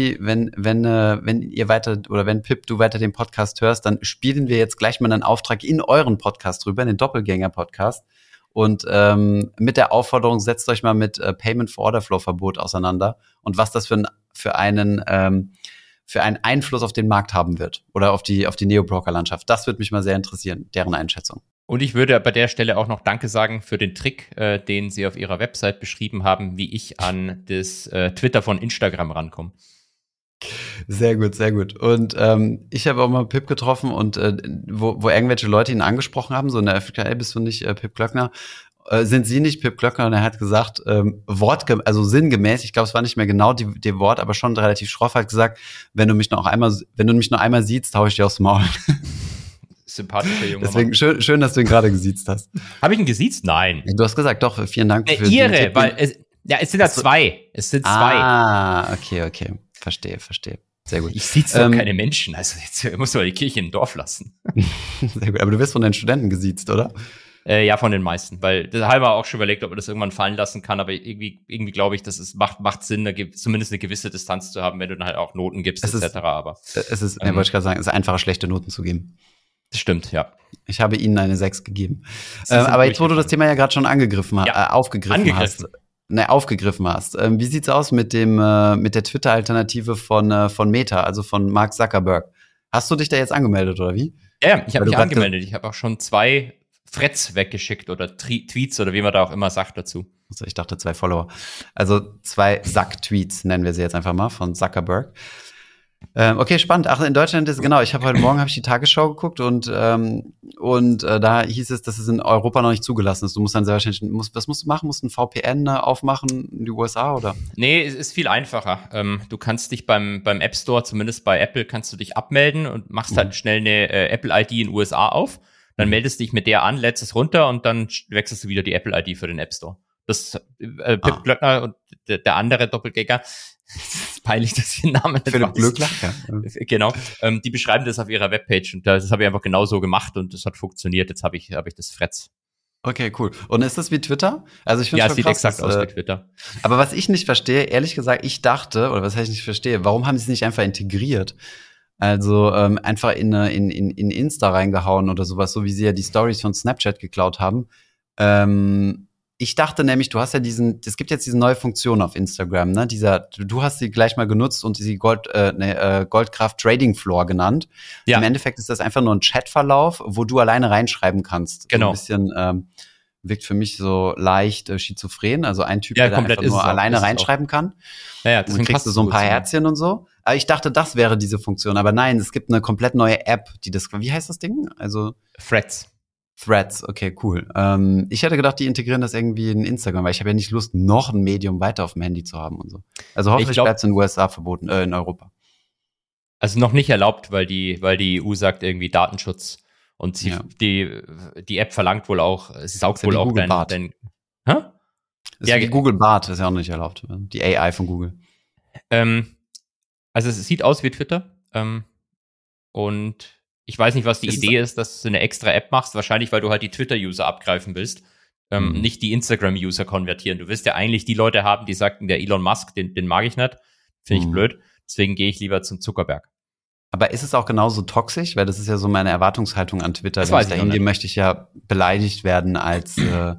ihr weiter oder wenn Pip, du weiter den Podcast hörst, dann spielen wir jetzt gleich mal einen Auftrag in euren Podcast rüber, in den Doppelgänger-Podcast. Und mit der Aufforderung, setzt euch mal mit Payment for Order Flow Verbot auseinander und was das für einen Einfluss auf den Markt haben wird oder auf die Neo-Broker-Landschaft. Das würde mich mal sehr interessieren, deren Einschätzung. Und ich würde bei der Stelle auch noch Danke sagen für den Trick, den Sie auf Ihrer Website beschrieben haben, wie ich an das Twitter von Instagram rankomme. Sehr gut, sehr gut. Und ich habe auch mal Pip getroffen und wo irgendwelche Leute ihn angesprochen haben, so in der Öffentlichkeit, ey, bist du nicht Pip Glöckner? Sind Sie nicht Pip Glöckner? Und er hat gesagt, also sinngemäß, ich glaube, es war nicht mehr genau die Wort, aber schon relativ schroff, hat gesagt, wenn du mich noch einmal siehst, hau ich dir aufs Maul. Sympathischer Junge. Deswegen schön, dass du ihn gerade gesiezt hast. Habe ich ihn gesiezt? Nein. Du hast gesagt, doch, vielen Dank für Ihre, weil es sind ja zwei. Es sind zwei. Ah, okay. Verstehe. Sehr gut. Ich sieze doch keine Menschen, also jetzt muss man die Kirche im Dorf lassen. Sehr gut, aber du wirst von den Studenten gesiezt, oder? Ja, von den meisten, weil das haben wir auch schon überlegt, ob man das irgendwann fallen lassen kann, aber irgendwie glaube ich, dass es macht Sinn, da zumindest eine gewisse Distanz zu haben, wenn du dann halt auch Noten gibst, etc. Aber es ist, wollte ich gerade sagen, es ist einfacher, schlechte Noten zu geben. Das stimmt, ja. Ich habe Ihnen eine 6 gegeben. Aber jetzt, wo du das Thema ja gerade schon aufgegriffen hast. Wie sieht's aus mit der Twitter-Alternative von Meta, also von Mark Zuckerberg? Hast du dich da jetzt angemeldet, oder wie? Ja, ich habe mich angemeldet. Ich habe auch schon 2 Threads weggeschickt oder Tweets oder wie man da auch immer sagt dazu. Also ich dachte 2 Follower. Also 2 Sack-Tweets nennen wir sie jetzt einfach mal von Zuckerberg. Okay, spannend. Ach, in Deutschland ist, genau, heute Morgen habe ich die Tagesschau geguckt und und da hieß es, dass es in Europa noch nicht zugelassen ist. Du musst dann sehr wahrscheinlich, was musst du machen? Musst du ein VPN aufmachen in die USA, oder? Nee, es ist viel einfacher. Du kannst dich beim App Store, zumindest bei Apple, kannst du dich abmelden und machst halt schnell eine Apple-ID in den USA auf. Dann meldest dich mit der an, lädst es runter und dann wechselst du wieder die Apple-ID für den App Store. Das Pip Glöckner und der andere Doppelgänger, das ist peinlich, dass ich den Namen nicht Philipp weiß. Glöckler, ja. Genau, die beschreiben das auf ihrer Webpage und das habe ich einfach genauso gemacht und das hat funktioniert. Jetzt habe ich das Fretz. Okay, cool. Und ist das wie Twitter? Also ich finde Ja, schon es sieht krass, exakt aus wie Twitter. Aber was ich nicht verstehe, ehrlich gesagt, ich dachte, oder was heißt ich nicht verstehe, warum haben sie es nicht einfach integriert? Also einfach in Insta reingehauen oder sowas, so wie sie ja die Stories von Snapchat geklaut haben. Ich dachte nämlich, du hast ja es gibt jetzt diese neue Funktion auf Instagram, ne? Du hast sie gleich mal genutzt und sie Goldkraft Trading Floor genannt. Ja. Im Endeffekt ist das einfach nur ein Chatverlauf, wo du alleine reinschreiben kannst. Genau. So ein bisschen wirkt für mich so leicht schizophren, also ein Typ, Ja, der da komplett einfach nur ist es auch, alleine ist es reinschreiben kann. Ja, Und dann kriegst du so ein paar Herzchen und so. Aber ich dachte, das wäre diese Funktion. Aber nein, es gibt eine komplett neue App, wie heißt das Ding? Also Threads, okay, cool. Ich hätte gedacht, die integrieren das irgendwie in Instagram, weil ich habe ja nicht Lust, noch ein Medium weiter auf dem Handy zu haben und so. Also hoffentlich bleibt es in den USA verboten, in Europa. Also noch nicht erlaubt, weil die EU sagt irgendwie Datenschutz und die App verlangt wohl auch, sie saugt wohl auch dein Hä? Ist wie Google Bart, ist ja auch nicht erlaubt. Die AI von Google. Also es sieht aus wie Twitter und ich weiß nicht, was die Idee ist, dass du eine extra App machst. Wahrscheinlich, weil du halt die Twitter-User abgreifen willst, nicht die Instagram-User konvertieren. Du willst ja eigentlich die Leute haben, die sagten, der Elon Musk, den mag ich nicht, finde ich blöd. Deswegen gehe ich lieber zum Zuckerberg. Aber ist es auch genauso toxisch? Weil das ist ja so meine Erwartungshaltung an Twitter. Das Wenn weiß ich da ich hingehe, möchte ich ja beleidigt werden als.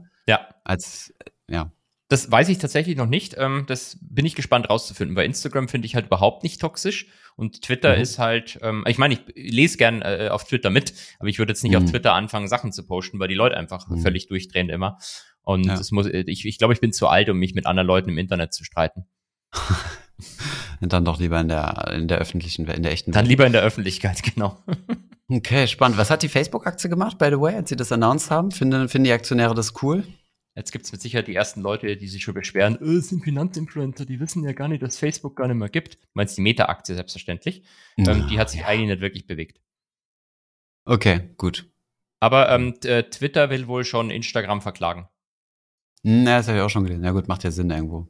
Das weiß ich tatsächlich noch nicht. Das bin ich gespannt rauszufinden. Bei Instagram finde ich halt überhaupt nicht toxisch. Und Twitter ist halt, ich meine, ich lese gern auf Twitter mit, aber ich würde jetzt nicht auf Twitter anfangen, Sachen zu posten, weil die Leute einfach völlig durchdrehen immer. Und ich glaube, ich bin zu alt, um mich mit anderen Leuten im Internet zu streiten. Und dann doch lieber in der öffentlichen Welt, in der echten Welt. Dann lieber in der Öffentlichkeit, genau. Okay, spannend. Was hat die Facebook-Aktie gemacht, by the way, als sie das announced haben? Finden die Aktionäre das cool? Jetzt gibt's mit Sicherheit die ersten Leute, die sich schon beschweren, es sind Finanzinfluencer, die wissen ja gar nicht, dass Facebook gar nicht mehr gibt. Du meinst die Meta-Aktie selbstverständlich. Die hat sich eigentlich nicht wirklich bewegt. Okay, gut. Aber Twitter will wohl schon Instagram verklagen. Ja, das habe ich auch schon gelesen. Ja gut, macht ja Sinn irgendwo.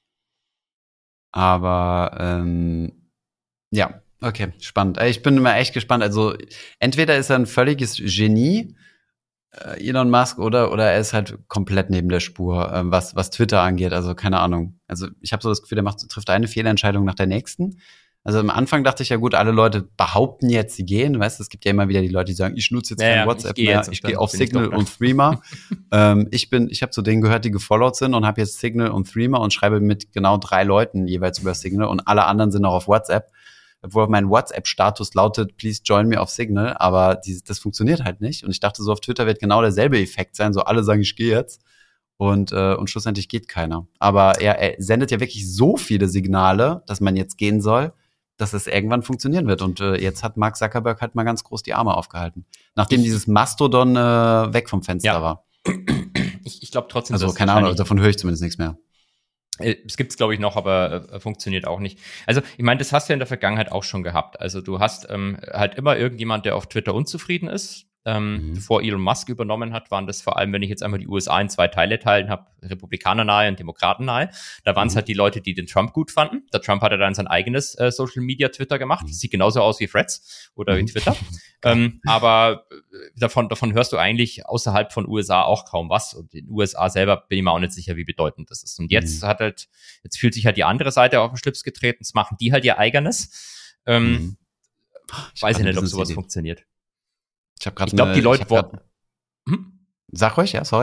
Aber ja, okay, spannend. Ich bin immer echt gespannt. Also entweder ist er ein völliges Genie, Elon Musk, oder er ist halt komplett neben der Spur, was Twitter angeht. Also keine Ahnung. Also ich habe so das Gefühl, trifft eine Fehlentscheidung nach der nächsten. Also am Anfang dachte ich ja, gut, alle Leute behaupten jetzt, sie gehen. Weißt du, es gibt ja immer wieder die Leute, die sagen, ich nutze jetzt kein WhatsApp mehr, ich gehe auf Signal und Threema. Ich habe zu denen gehört, die gefollowt sind und habe jetzt Signal und Threema und schreibe mit genau 3 Leuten jeweils über Signal und alle anderen sind auch auf WhatsApp. Obwohl mein WhatsApp-Status lautet, please join me auf Signal, aber das funktioniert halt nicht. Und ich dachte, so auf Twitter wird genau derselbe Effekt sein, so alle sagen, ich gehe jetzt. Und schlussendlich geht keiner. Aber er sendet ja wirklich so viele Signale, dass man jetzt gehen soll, dass es irgendwann funktionieren wird. Und jetzt hat Mark Zuckerberg halt mal ganz groß die Arme aufgehalten. Nachdem dieses Mastodon weg vom Fenster war. Ich glaube trotzdem, also keine Ahnung, davon höre ich zumindest nichts mehr. Es gibt's, glaube ich, noch, aber funktioniert auch nicht. Also, ich meine, das hast du ja in der Vergangenheit auch schon gehabt. Also, du hast halt immer irgendjemand, der auf Twitter unzufrieden ist. Bevor Elon Musk übernommen hat, waren das vor allem, wenn ich jetzt einmal die USA in 2 Teile teilen habe, Republikaner nahe und Demokraten nahe, da waren es halt die Leute, die den Trump gut fanden. Der Trump hat ja dann sein eigenes Social Media Twitter gemacht. Das sieht genauso aus wie Threads oder wie Twitter. Aber davon hörst du eigentlich außerhalb von USA auch kaum was. Und in den USA selber bin ich mir auch nicht sicher, wie bedeutend das ist. Und jetzt fühlt sich halt die andere Seite auf den Schlips getreten. Jetzt machen die halt ihr eigenes. Weiß ich nicht, ob sowas funktioniert. Ich habe gerade die Leute Sag ruhig, ja, sorry.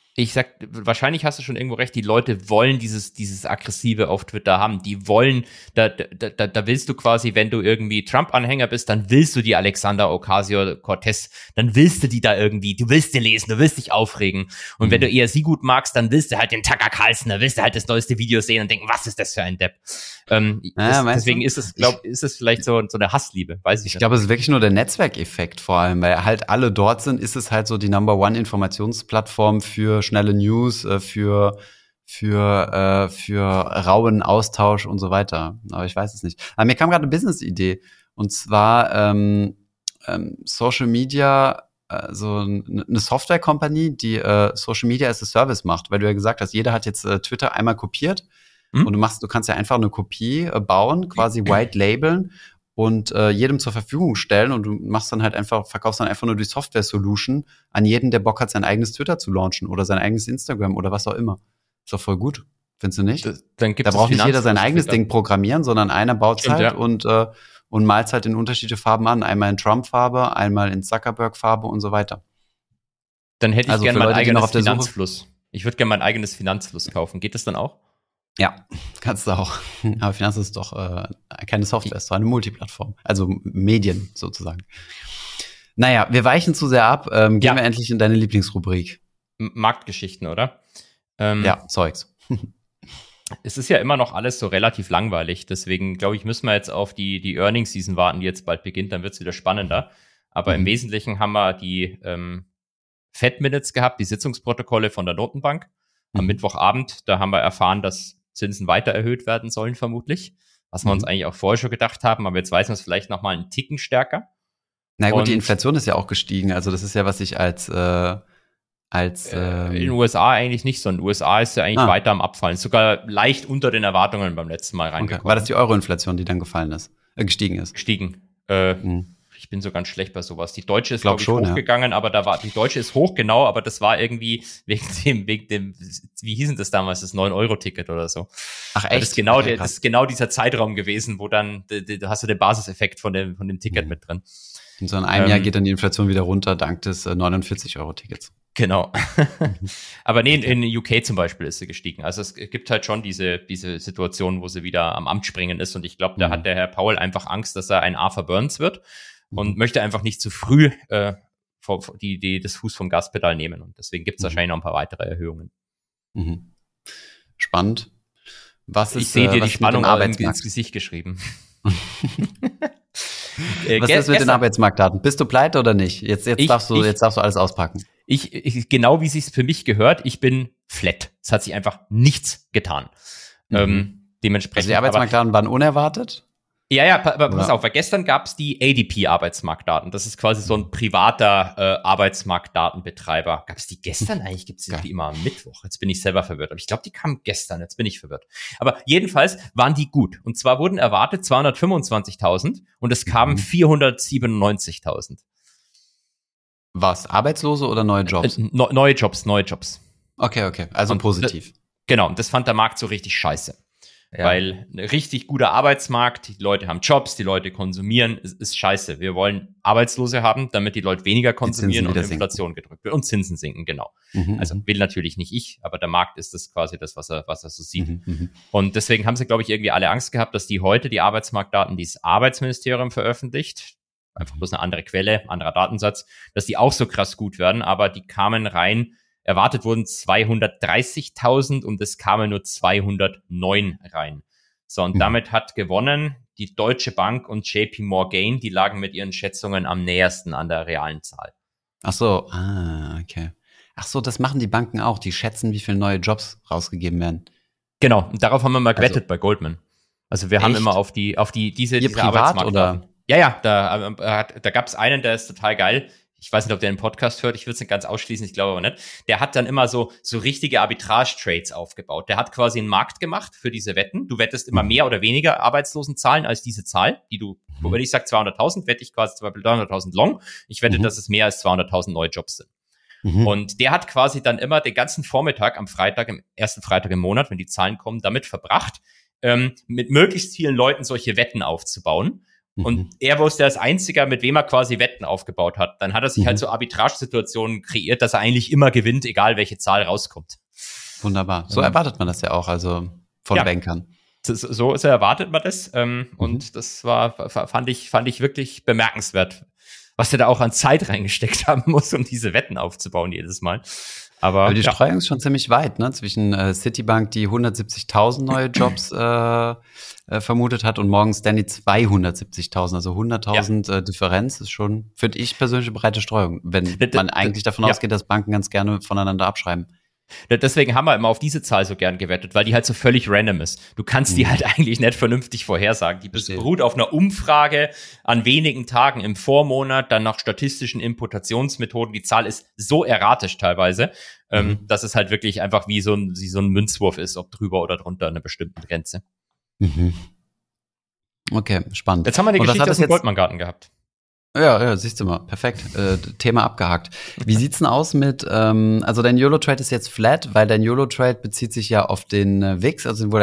Ich sag, wahrscheinlich hast du schon irgendwo recht, die Leute wollen dieses Aggressive auf Twitter haben. Die wollen, da willst du quasi, wenn du irgendwie Trump-Anhänger bist, dann willst du die Alexander Ocasio-Cortez, dann willst du die da irgendwie, du willst die lesen, du willst dich aufregen. Und wenn du eher sie gut magst, dann willst du halt den Tucker Carlson, da willst du halt das neueste Video sehen und denken, was ist das für ein Depp? Deswegen ist es vielleicht so eine Hassliebe, weiß ich nicht. Ich glaube, es ist wirklich nur der Netzwerkeffekt vor allem, weil halt alle dort sind, ist es halt so die Number-One-Informationsplattform für schnelle News, für rauen Austausch und so weiter. Aber ich weiß es nicht. Aber mir kam gerade eine Business-Idee. Und zwar Social Media, so eine Software-Company, die Social Media as a Service macht. Weil du ja gesagt hast, jeder hat jetzt Twitter einmal kopiert. Und du kannst ja einfach eine Kopie bauen, quasi white labeln und jedem zur Verfügung stellen und du verkaufst dann einfach nur die Software-Solution an jeden, der Bock hat, sein eigenes Twitter zu launchen oder sein eigenes Instagram oder was auch immer. Ist doch voll gut. Findest du nicht? Dann da braucht nicht jeder sein eigenes Ding programmieren, sondern einer baut halt und malt halt in unterschiedliche Farben an. Einmal in Trump-Farbe, einmal in Zuckerberg-Farbe und so weiter. Dann hätte ich gerne mein eigenes Finanzfluss. Ich würde gerne mein eigenes Finanzfluss kaufen. Geht das dann auch? Ja, kannst du auch. Aber Finanz ist doch keine Software, es ist doch eine Multiplattform. Also Medien sozusagen. Naja, wir weichen zu sehr ab. Gehen wir endlich in deine Lieblingsrubrik. Marktgeschichten, oder? Ja, Zeugs. Es ist ja immer noch alles so relativ langweilig. Deswegen, glaube ich, müssen wir jetzt auf die Earnings-Season warten, die jetzt bald beginnt. Dann wird es wieder spannender. Aber im Wesentlichen haben wir die Fed-Minutes gehabt, die Sitzungsprotokolle von der Notenbank. Am Mittwochabend, da haben wir erfahren, dass Zinsen weiter erhöht werden sollen, vermutlich. Was wir uns eigentlich auch vorher schon gedacht haben, aber jetzt weiß man es vielleicht noch mal einen Ticken stärker. Na gut, die Inflation ist ja auch gestiegen. Also das ist ja, was ich als in den USA eigentlich nicht, sondern in den USA ist ja eigentlich weiter am Abfallen. Sogar leicht unter den Erwartungen beim letzten Mal reingekommen. Okay. War das die Euro-Inflation, die dann gestiegen ist? Gestiegen. Ich bin so ganz schlecht bei sowas. Die deutsche ist, glaube ich, hochgegangen, aber die deutsche ist hoch, genau, aber das war irgendwie wegen dem, wie hieß denn das damals, das 9-Euro-Ticket oder so. Ach echt? Das ist genau dieser Zeitraum gewesen, wo dann, da hast du den Basiseffekt von dem Ticket mit drin. In so einem Jahr geht dann die Inflation wieder runter, dank des 49-Euro-Tickets. Genau. Aber nee, in UK zum Beispiel ist sie gestiegen. Also es gibt halt schon diese Situation, wo sie wieder am Amt springen ist und ich glaube, da hat der Herr Powell einfach Angst, dass er ein Arthur Burns wird. Und möchte einfach nicht zu früh das Fuß vom Gaspedal nehmen. Und deswegen gibt es wahrscheinlich noch ein paar weitere Erhöhungen. Spannend. Ich sehe dir die Spannung ins Gesicht geschrieben. Was ist mit den Arbeitsmarktdaten? Bist du pleite oder nicht? Jetzt darfst du alles auspacken. Ich genau wie es sich für mich gehört, ich bin flat. Es hat sich einfach nichts getan. Dementsprechend. Also die Arbeitsmarktdaten waren unerwartet? Ja, pass auf, weil gestern gab es die ADP-Arbeitsmarktdaten. Das ist quasi so ein privater Arbeitsmarktdatenbetreiber. Gab es die gestern? Eigentlich gibt es die immer am Mittwoch. Jetzt bin ich selber verwirrt. Aber ich glaube, die kamen gestern. Jetzt bin ich verwirrt. Aber jedenfalls waren die gut. Und zwar wurden erwartet 225.000 und es kamen 497.000. Was? Arbeitslose oder neue Jobs? Neue Jobs. Okay. Also und positiv. Genau. Und das fand der Markt so richtig scheiße. Ja. Weil ein richtig guter Arbeitsmarkt, die Leute haben Jobs, die Leute konsumieren, ist scheiße. Wir wollen Arbeitslose haben, damit die Leute weniger konsumieren und Inflation gedrückt wird und Zinsen sinken, genau. Also will natürlich nicht ich, aber der Markt ist das quasi das, was er so sieht. Und deswegen haben sie, glaube ich, irgendwie alle Angst gehabt, dass die heute die Arbeitsmarktdaten, die das Arbeitsministerium veröffentlicht, einfach bloß eine andere Quelle, anderer Datensatz, dass die auch so krass gut werden, aber die kamen rein. Erwartet wurden 230.000 und es kamen nur 209 rein. So, und damit hat gewonnen die Deutsche Bank und JP Morgan, die lagen mit ihren Schätzungen am nähersten an der realen Zahl. Ach so, okay. Ach so, das machen die Banken auch, die schätzen, wie viele neue Jobs rausgegeben werden. Genau, und darauf haben wir mal gewettet bei Goldman. Also wir haben immer auf diese privat oder? Ja, da gab es einen, der ist total geil. Ich weiß nicht, ob der einen Podcast hört, ich würde es nicht ganz ausschließen, ich glaube aber nicht. Der hat dann immer so richtige Arbitrage-Trades aufgebaut. Der hat quasi einen Markt gemacht für diese Wetten. Du wettest immer mehr oder weniger Arbeitslosenzahlen als diese Zahl, die du, wenn ich sage 200.000, wette ich quasi zum Beispiel 300.000 long. Ich wette, dass es mehr als 200.000 neue Jobs sind. Und der hat quasi dann immer den ganzen Vormittag am Freitag, im ersten Freitag im Monat, wenn die Zahlen kommen, damit verbracht, mit möglichst vielen Leuten solche Wetten aufzubauen. Und er wusste als einziger, mit wem er quasi Wetten aufgebaut hat. Dann hat er sich halt so Arbitragesituationen kreiert, dass er eigentlich immer gewinnt, egal welche Zahl rauskommt. Wunderbar. So erwartet man das ja auch, also von Bankern. So erwartet man das. Und das fand ich wirklich bemerkenswert, was er da auch an Zeit reingesteckt haben muss, um diese Wetten aufzubauen jedes Mal. Aber die Streuung ist schon ziemlich weit, ne? Zwischen Citibank, die 170.000 neue Jobs vermutet hat, und Morgan Stanley 270.000, also 100.000 Differenz ist schon, finde ich persönlich, eine breite Streuung, wenn man eigentlich davon ausgeht, dass Banken ganz gerne voneinander abschreiben. Deswegen haben wir immer auf diese Zahl so gern gewettet, weil die halt so völlig random ist. Du kannst die halt eigentlich nicht vernünftig vorhersagen. Die beruht auf einer Umfrage an wenigen Tagen im Vormonat, dann nach statistischen Imputationsmethoden. Die Zahl ist so erratisch teilweise, dass es halt wirklich einfach wie so ein Münzwurf ist, ob drüber oder drunter einer bestimmten Grenze. Okay, spannend. Jetzt haben wir die Geschichte aus dem Goldman-Garten gehabt. Ja, siehst du mal, perfekt. Thema abgehakt. Wie sieht's denn aus mit, also dein YOLO-Trade ist jetzt flat, weil dein YOLO-Trade bezieht sich ja auf den VIX, also den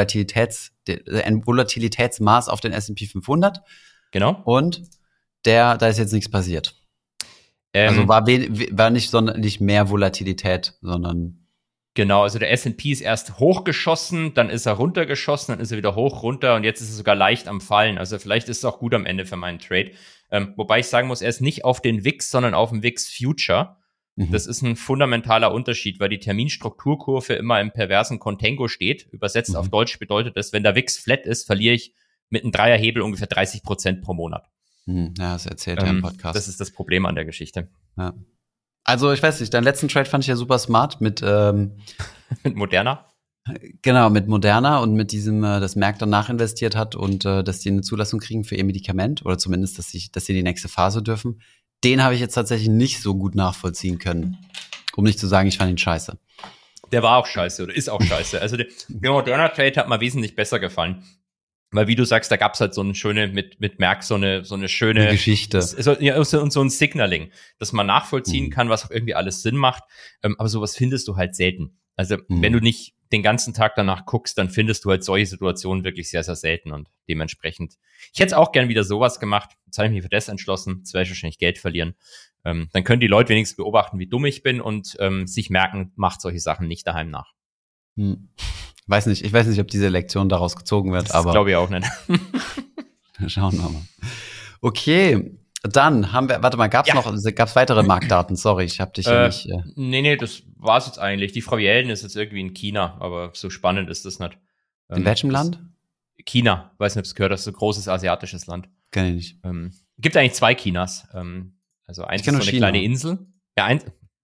Volatilitätsmaß auf den S&P 500. Genau. Und da ist jetzt nichts passiert. Also war nicht mehr Volatilität, sondern genau, also der S&P ist erst hochgeschossen, dann ist er runtergeschossen, dann ist er wieder hoch, runter und jetzt ist er sogar leicht am Fallen. Also vielleicht ist es auch gut am Ende für meinen Trade. Wobei ich sagen muss, er ist nicht auf den VIX, sondern auf dem VIX Future. Das ist ein fundamentaler Unterschied, weil die Terminstrukturkurve immer im perversen Contango steht. Übersetzt auf Deutsch bedeutet das, wenn der VIX flat ist, verliere ich mit einem Dreierhebel ungefähr 30% pro Monat. Ja, das erzählt er im Podcast. Das ist das Problem an der Geschichte. Ja. Also ich weiß nicht, deinen letzten Trade fand ich ja super smart mit mit Moderna. Genau, mit Moderna und mit diesem, dass Merck danach investiert hat und dass die eine Zulassung kriegen für ihr Medikament oder zumindest, dass sie die nächste Phase dürfen. Den habe ich jetzt tatsächlich nicht so gut nachvollziehen können, um nicht zu sagen, ich fand ihn scheiße. Der war auch scheiße oder ist auch scheiße. Also der Moderna-Trade hat mir wesentlich besser gefallen. Weil, wie du sagst, da gab's halt so eine schöne, mit Merck so eine schöne eine Geschichte. So ein Signaling, dass man nachvollziehen kann, was auch irgendwie alles Sinn macht. Aber sowas findest du halt selten. Also, wenn du nicht den ganzen Tag danach guckst, dann findest du halt solche Situationen wirklich sehr, sehr selten und dementsprechend. Ich hätte es auch gern wieder sowas gemacht. Jetzt habe ich mich für das entschlossen. Jetzt werde ich wahrscheinlich Geld verlieren. Dann können die Leute wenigstens beobachten, wie dumm ich bin und sich merken, macht solche Sachen nicht daheim nach. Ich weiß nicht, ob diese Lektion daraus gezogen wird, aber. Das glaube ich auch nicht. Schauen wir mal. Okay, dann haben wir, warte mal, gab's weitere Marktdaten? Sorry, ich habe dich ja nicht. Nee, das war's jetzt eigentlich. Die Frau Yellen ist jetzt irgendwie in China, aber so spannend ist das nicht. In welchem Land? China, weiß nicht, ob es gehört, das ist ein großes asiatisches Land. Kenn ich nicht. Gibt eigentlich zwei Chinas. Also eins ist so eine China. kleine Insel. Ja, eins.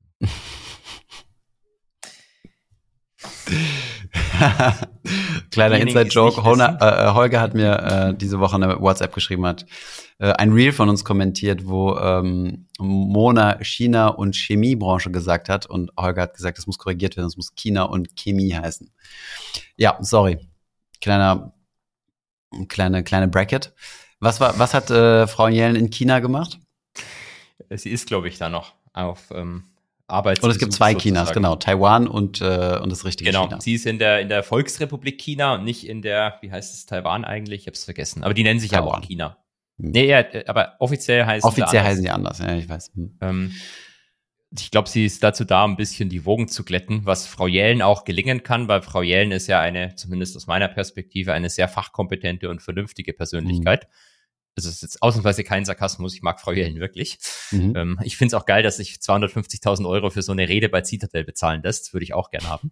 Kleiner Inside-Joke. Holger hat mir diese Woche eine WhatsApp geschrieben, hat ein Reel von uns kommentiert, wo Mona China und Chemiebranche gesagt hat und Holger hat gesagt, das muss korrigiert werden, das muss China und Chemie heißen. Ja, sorry. Kleine Bracket. Was hat Frau Yellen in China gemacht? Sie ist, glaube ich, da noch auf Arbeitsbesuch. Und es gibt zwei Chinas, genau. Taiwan und das richtige China. Genau, sie ist in der Volksrepublik China und nicht in der, wie heißt es, Taiwan eigentlich? Ich habe es vergessen. Aber die nennen sich ja auch China. Nee, ja, aber offiziell heißen die anders, ja, ich weiß. Ich glaube, sie ist dazu da, ein bisschen die Wogen zu glätten, was Frau Yellen auch gelingen kann, weil Frau Yellen ist ja zumindest aus meiner Perspektive, eine sehr fachkompetente und vernünftige Persönlichkeit. Das ist jetzt ausnahmsweise kein Sarkasmus, ich mag Frau Yellen wirklich. Ich finde es auch geil, dass sich 250.000 Euro für so eine Rede bei Citadel bezahlen lässt. Das würde ich auch gerne haben.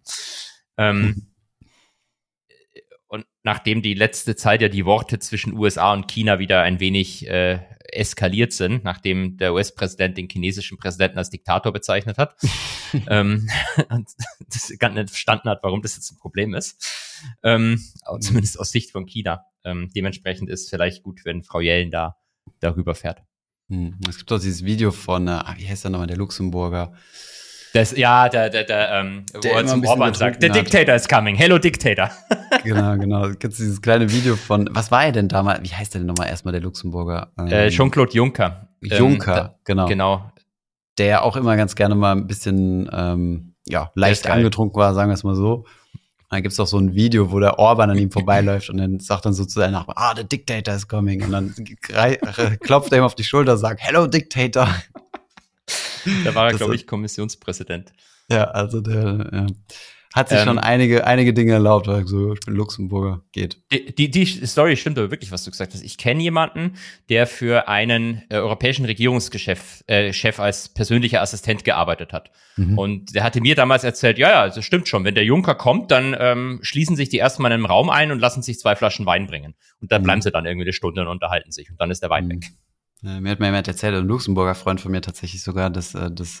Und nachdem die letzte Zeit ja die Worte zwischen USA und China wieder ein wenig eskaliert sind, nachdem der US-Präsident den chinesischen Präsidenten als Diktator bezeichnet hat und das gar nicht verstanden hat, warum das jetzt ein Problem ist, zumindest aus Sicht von China. Dementsprechend ist es vielleicht gut, wenn Frau Yellen darüber fährt. Es gibt doch dieses Video von, wie heißt der nochmal, der Luxemburger? Wo er zum Orban sagt, the dictator is coming, hello dictator. Genau. Es gibt dieses kleine Video von, was war er denn damals? Wie heißt der denn nochmal erstmal, der Luxemburger? Jean-Claude Juncker. Genau. Der auch immer ganz gerne mal ein bisschen, leicht angetrunken war, sagen wir es mal so. dann gibt's doch so ein Video, wo der Orban an ihm vorbeiläuft und dann sagt dann so zu seinem Nachbarn, the dictator is coming. Und dann klopft er ihm auf die Schulter und sagt, hello, Dictator. Da war er, glaube ich, Kommissionspräsident. Ja, also der hat sich schon einige Dinge erlaubt, weil so, ich bin Luxemburger, geht. Die Story stimmt aber wirklich, was du gesagt hast. Ich kenne jemanden, der für einen europäischen Regierungschef als persönlicher Assistent gearbeitet hat. Mhm. Und der hatte mir damals erzählt, ja, das stimmt schon. Wenn der Juncker kommt, dann schließen sich die erstmal in einem Raum ein und lassen sich 2 Flaschen Wein bringen. Und dann bleiben sie dann irgendwie eine Stunde und unterhalten sich. Und dann ist der Wein weg. Mir hat mal jemand erzählt, ein Luxemburger Freund von mir tatsächlich sogar, dass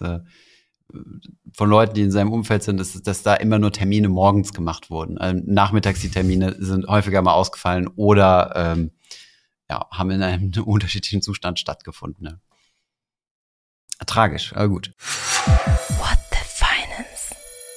von Leuten, die in seinem Umfeld sind, dass da immer nur Termine morgens gemacht wurden. Nachmittags die Termine sind häufiger mal ausgefallen oder haben in einem unterschiedlichen Zustand stattgefunden. Ne? Tragisch, aber gut. What the Finance?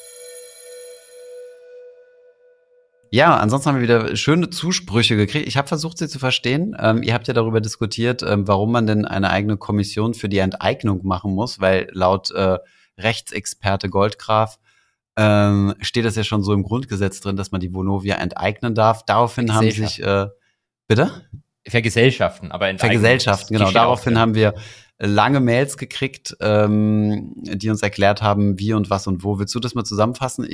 Ja, ansonsten haben wir wieder schöne Zusprüche gekriegt. Ich habe versucht, sie zu verstehen. Ihr habt ja darüber diskutiert, warum man denn eine eigene Kommission für die Enteignung machen muss, weil laut Rechtsexperte Goldgraf steht das ja schon so im Grundgesetz drin, dass man die Vonovia enteignen darf. Daraufhin haben sich bitte? Vergesellschaften, aber enteignen. Vergesellschaften, genau. Daraufhin haben wir lange Mails gekriegt, die uns erklärt haben, wie und was und wo. Willst du das mal zusammenfassen?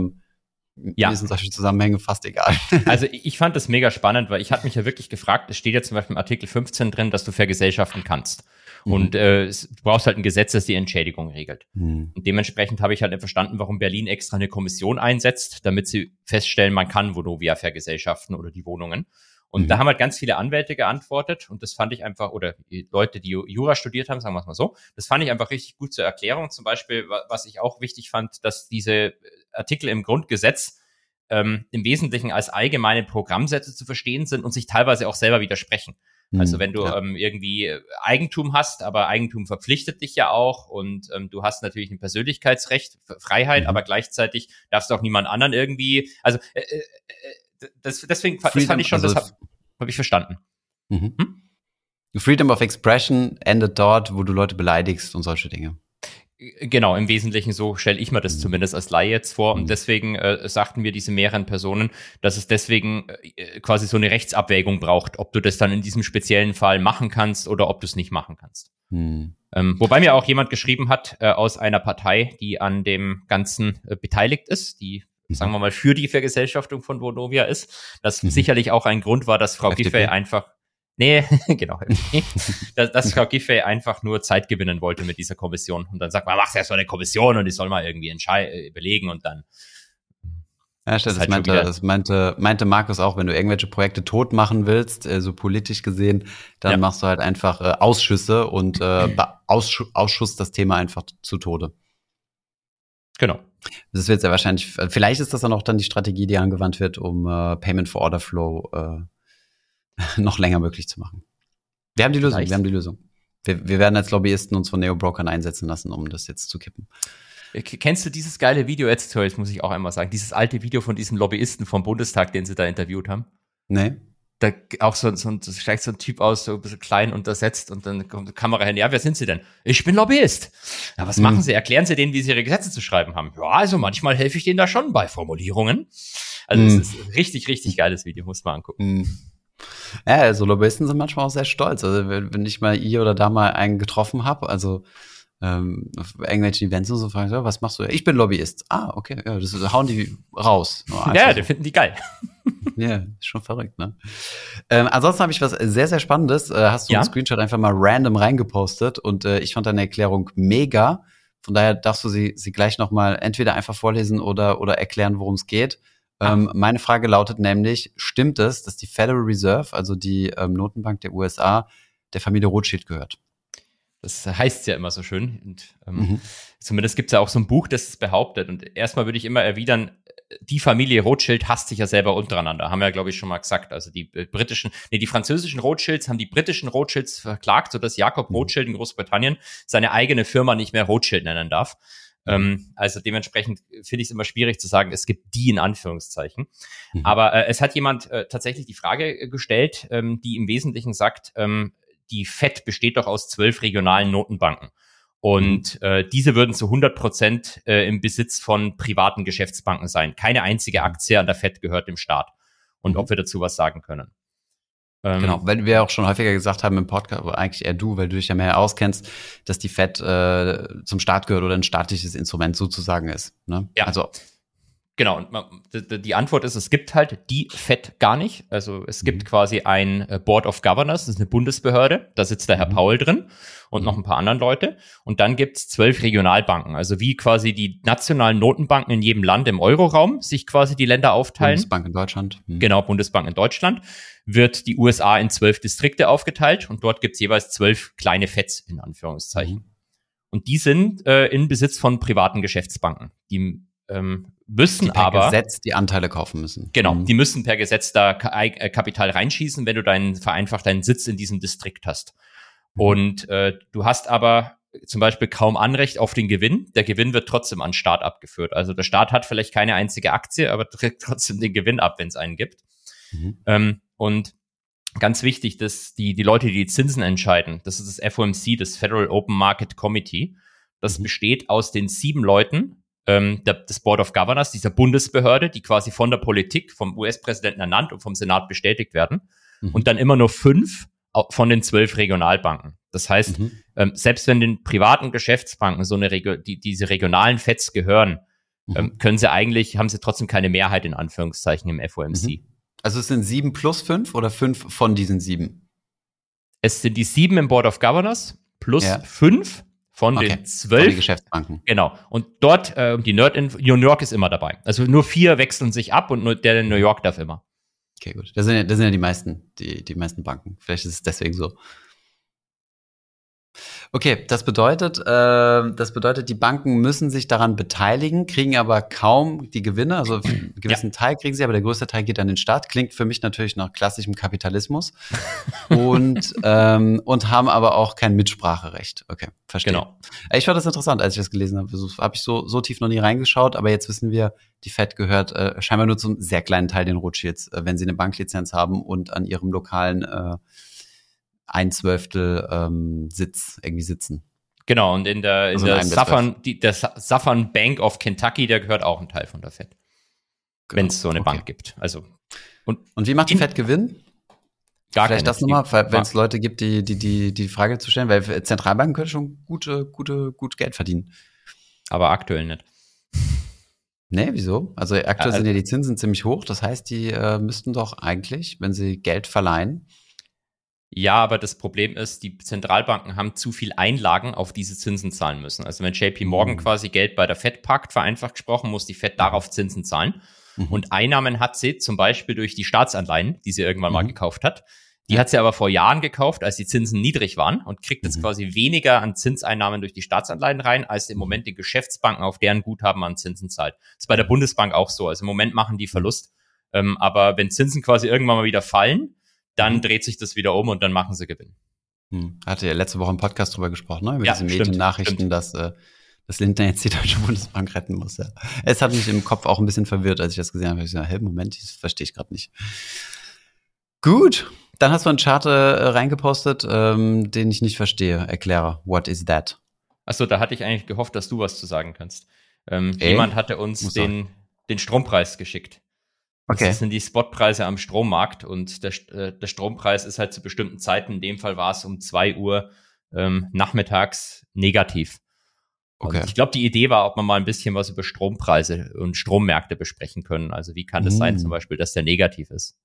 Mir sind solche Zusammenhänge fast egal. Also ich fand das mega spannend, weil ich hatte mich ja wirklich gefragt, es steht ja zum Beispiel im Artikel 15 drin, dass du vergesellschaften kannst. Und du brauchst halt ein Gesetz, das die Entschädigung regelt. Und dementsprechend habe ich halt verstanden, warum Berlin extra eine Kommission einsetzt, damit sie feststellen, man kann Vonovia vergesellschaften oder die Wohnungen. Und da haben halt ganz viele Anwälte geantwortet und das fand ich einfach, oder die Leute, die Jura studiert haben, sagen wir es mal so, das fand ich einfach richtig gut zur Erklärung. Zum Beispiel, was ich auch wichtig fand, dass diese Artikel im Grundgesetz im Wesentlichen als allgemeine Programmsätze zu verstehen sind und sich teilweise auch selber widersprechen. Also wenn du irgendwie Eigentum hast, aber Eigentum verpflichtet dich ja auch und du hast natürlich ein Persönlichkeitsrecht, Freiheit, aber gleichzeitig darfst du auch niemand anderen irgendwie, also deswegen das fand ich schon, also, das hab ich verstanden. Freedom of Expression endet dort, wo du Leute beleidigst und solche Dinge. Genau, im Wesentlichen so stelle ich mir das zumindest als Laie jetzt vor. Und deswegen sagten wir diese mehreren Personen, dass es deswegen quasi so eine Rechtsabwägung braucht, ob du das dann in diesem speziellen Fall machen kannst oder ob du es nicht machen kannst. Wobei mir auch jemand geschrieben hat aus einer Partei, die an dem Ganzen beteiligt ist, die sagen wir mal für die Vergesellschaftung von Vonovia ist, das sicherlich auch ein Grund war, dass Frau Giffey einfach genau. dass Frau Giffey einfach nur Zeit gewinnen wollte mit dieser Kommission. Und dann sagt man, machst ja so eine Kommission und die soll mal irgendwie belegen und dann. Ja, stimmt, das meinte Markus auch, wenn du irgendwelche Projekte tot machen willst, so politisch gesehen, dann machst du halt einfach Ausschüsse und Ausschuss das Thema einfach zu Tode. Genau. Das wird ja wahrscheinlich, vielleicht ist das dann auch dann die Strategie, die angewandt wird, um Payment for Order Flow noch länger möglich zu machen. Wir haben die Lösung. Wir werden als Lobbyisten uns von Neobrokern einsetzen lassen, um das jetzt zu kippen. Kennst du dieses geile Video jetzt muss ich auch einmal sagen, dieses alte Video von diesem Lobbyisten vom Bundestag, den sie da interviewt haben? Nee. Da auch steigt so ein Typ aus, so ein bisschen klein untersetzt und dann kommt die Kamera hin. Ja, wer sind Sie denn? Ich bin Lobbyist. Ja, was machen Sie? Erklären Sie denen, wie Sie Ihre Gesetze zu schreiben haben. Ja, also manchmal helfe ich denen da schon bei Formulierungen. Also es ist ein richtig, richtig geiles Video, muss man angucken. Ja, also Lobbyisten sind manchmal auch sehr stolz. Also wenn ich mal hier oder da mal einen getroffen habe, also auf irgendwelchen Events und so, fragen sie, was machst du? Ich bin Lobbyist. Ah, okay, ja, das hauen die raus. Ja, die finden die geil. Ja, ist schon verrückt, ne? Ansonsten habe ich was sehr, sehr Spannendes. Hast du einen Screenshot einfach mal random reingepostet und ich fand deine Erklärung mega. Von daher darfst du sie gleich noch mal entweder einfach vorlesen oder erklären, worum es geht. Meine Frage lautet nämlich, stimmt es, dass die Federal Reserve, also die Notenbank der USA, der Familie Rothschild gehört? Das heißt ja immer so schön. Und zumindest gibt es ja auch so ein Buch, das es behauptet. Und erstmal würde ich immer erwidern, die Familie Rothschild hasst sich ja selber untereinander. Haben wir ja, glaube ich, schon mal gesagt. Also die französischen Rothschilds haben die britischen Rothschilds verklagt, sodass Jakob Rothschild in Großbritannien seine eigene Firma nicht mehr Rothschild nennen darf. Also dementsprechend finde ich es immer schwierig zu sagen, es gibt die in Anführungszeichen. Aber es hat jemand tatsächlich die Frage gestellt, die im Wesentlichen sagt, die FED besteht doch aus 12 regionalen Notenbanken. Und diese würden zu 100% im Besitz von privaten Geschäftsbanken sein. Keine einzige Aktie an der Fed gehört dem Staat. Und ob wir dazu was sagen können. Genau, weil wir auch schon häufiger gesagt haben im Podcast, aber eigentlich eher du, weil du dich ja mehr auskennst, dass die Fed zum Staat gehört oder ein staatliches Instrument sozusagen ist. Ne? Ja. Also genau, und die Antwort ist, es gibt halt die Fed gar nicht. Also es gibt quasi ein Board of Governors, das ist eine Bundesbehörde, da sitzt der Herr Powell drin und noch ein paar andere Leute. Und dann gibt's 12 Regionalbanken, also wie quasi die nationalen Notenbanken in jedem Land im Euroraum sich quasi die Länder aufteilen. Bundesbank in Deutschland. Genau, Bundesbank in Deutschland. Wird die USA in 12 Distrikte aufgeteilt und dort gibt's jeweils 12 kleine Feds in Anführungszeichen. Und die sind in Besitz von privaten Geschäftsbanken. Die müssen die per aber Gesetz die Anteile kaufen müssen. Genau, die müssen per Gesetz da Kapital reinschießen, wenn du vereinfacht deinen Sitz in diesem Distrikt hast. Und du hast aber zum Beispiel kaum Anrecht auf den Gewinn. Der Gewinn wird trotzdem an den Staat abgeführt. Also der Staat hat vielleicht keine einzige Aktie, aber trägt trotzdem den Gewinn ab, wenn es einen gibt. Und ganz wichtig, dass die Leute, die Zinsen entscheiden, das ist das FOMC, das Federal Open Market Committee. Das besteht aus den 7 Leuten, des Board of Governors, dieser Bundesbehörde, die quasi von der Politik, vom US-Präsidenten ernannt und vom Senat bestätigt werden. Und dann immer nur 5 von den 12 Regionalbanken. Das heißt, selbst wenn den privaten Geschäftsbanken diese regionalen Feds gehören, haben sie trotzdem keine Mehrheit in Anführungszeichen im FOMC. Also es sind 7 plus 5 oder 5 von diesen 7? Es sind die 7 im Board of Governors plus 5 von den 12. Von den Geschäftsbanken. Genau. Und dort, die Nerd in New York ist immer dabei. Also nur 4 wechseln sich ab und nur der in New York darf immer. Okay, gut. Das sind ja die meisten Banken. Vielleicht ist es deswegen so. Okay, das bedeutet, die Banken müssen sich daran beteiligen, kriegen aber kaum die Gewinne. Also einen gewissen Teil kriegen sie, aber der größte Teil geht an den Staat. Klingt für mich natürlich nach klassischem Kapitalismus. und haben aber auch kein Mitspracherecht. Okay, verstehe. Genau. Ich fand das interessant, als ich das gelesen habe. Habe ich so tief noch nie reingeschaut, aber jetzt wissen wir, die Fed gehört scheinbar nur zum sehr kleinen Teil den Rothschilds, wenn sie eine Banklizenz haben und an ihrem lokalen 1/12 Sitz irgendwie sitzen. Genau, und in der Southern Bank of Kentucky, der gehört auch ein Teil von der Fed. Genau. Wenn es so eine Bank gibt. Also, und wie macht die Fed Gewinn? Gar Vielleicht keine. Das nochmal, wenn es Leute gibt, die Frage zu stellen, weil Zentralbanken können schon gut Geld verdienen. Aber aktuell nicht. Nee, wieso? Also aktuell sind ja die Zinsen ziemlich hoch. Das heißt, die müssten doch eigentlich, wenn sie Geld verleihen. Ja, aber das Problem ist, die Zentralbanken haben zu viel Einlagen, auf diese Zinsen zahlen müssen. Also wenn JP Morgan quasi Geld bei der Fed parkt, vereinfacht gesprochen, muss die Fed darauf Zinsen zahlen. Und Einnahmen hat sie zum Beispiel durch die Staatsanleihen, die sie irgendwann mal gekauft hat. Die hat sie aber vor Jahren gekauft, als die Zinsen niedrig waren und kriegt jetzt quasi weniger an Zinseinnahmen durch die Staatsanleihen rein, als im Moment die Geschäftsbanken auf deren Guthaben an Zinsen zahlt. Das ist bei der Bundesbank auch so. Also im Moment machen die Verlust. Aber wenn Zinsen quasi irgendwann mal wieder fallen, dann dreht sich das wieder um und dann machen sie Gewinn. Hatte ja letzte Woche im Podcast drüber gesprochen, ne? Über diese Mediennachrichten, dass Lindner jetzt die Deutsche Bundesbank retten muss. Ja. Es hat mich im Kopf auch ein bisschen verwirrt, als ich das gesehen habe. Ich gesagt, Moment, das verstehe ich gerade nicht. Gut, dann hast du einen Chart reingepostet, den ich nicht verstehe. Erkläre, what is that? Achso, da hatte ich eigentlich gehofft, dass du was zu sagen kannst. Jemand hatte uns den Strompreis geschickt. Okay. Das sind die Spotpreise am Strommarkt und der Strompreis ist halt zu bestimmten Zeiten, in dem Fall war es um 2 Uhr nachmittags negativ. Okay. Und ich glaube, die Idee war, ob man mal ein bisschen was über Strompreise und Strommärkte besprechen können. Also wie kann das sein zum Beispiel, dass der negativ ist?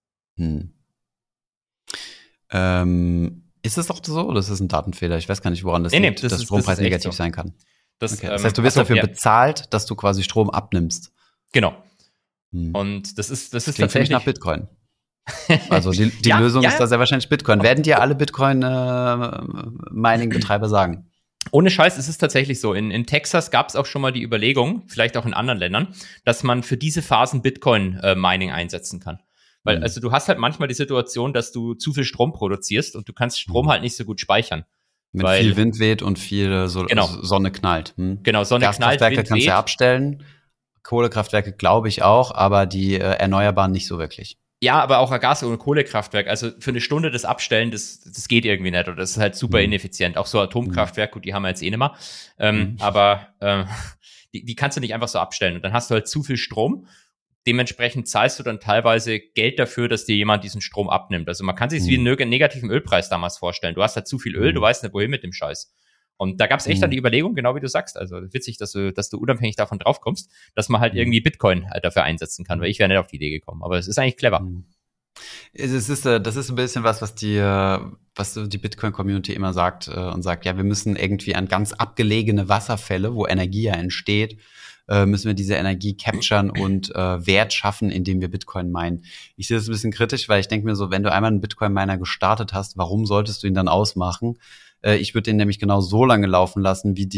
Ist es doch so oder ist das ein Datenfehler? Ich weiß gar nicht, woran das liegt, dass Strompreis negativ sein kann. Das heißt, du wirst dafür bezahlt, dass du quasi Strom abnimmst. Genau. Und das ist klingt tatsächlich nach Bitcoin. Also die Lösung ist da sehr wahrscheinlich Bitcoin. Werden dir alle Bitcoin-Mining-Betreiber sagen? Ohne Scheiß, es ist tatsächlich so. In Texas gab es auch schon mal die Überlegung, vielleicht auch in anderen Ländern, dass man für diese Phasen Bitcoin-Mining einsetzen kann. Weil also du hast halt manchmal die Situation, dass du zu viel Strom produzierst und du kannst Strom halt nicht so gut speichern. Wenn viel Wind weht und viel Sonne knallt. Genau, Sonne knallt, Gaskraftwerke kannst du ja abstellen. Kohlekraftwerke glaube ich auch, aber die Erneuerbaren nicht so wirklich. Ja, aber auch ein Gas- oder Kohlekraftwerk. Also für eine Stunde das Abstellen, das geht irgendwie nicht. Oder das ist halt super ineffizient. Auch so Atomkraftwerk, gut, die haben wir jetzt eh nicht mehr. Aber die kannst du nicht einfach so abstellen. Und dann hast du halt zu viel Strom. Dementsprechend zahlst du dann teilweise Geld dafür, dass dir jemand diesen Strom abnimmt. Also man kann sich es wie einen negativen Ölpreis damals vorstellen. Du hast halt zu viel Öl, du weißt nicht, wohin mit dem Scheiß. Und da gab es echt dann die Überlegung, genau wie du sagst, also witzig, dass du unabhängig davon drauf kommst, dass man halt irgendwie Bitcoin halt dafür einsetzen kann, weil ich wäre nicht auf die Idee gekommen. Aber es ist eigentlich clever. Das ist ein bisschen was die Bitcoin-Community immer sagt und sagt, ja, wir müssen irgendwie an ganz abgelegene Wasserfälle, wo Energie ja entsteht, müssen wir diese Energie capturen und Wert schaffen, indem wir Bitcoin meinen. Ich sehe das ein bisschen kritisch, weil ich denke mir so, wenn du einmal einen Bitcoin-Miner gestartet hast, warum solltest du ihn dann ausmachen? Ich würde den nämlich genau so lange laufen lassen, wie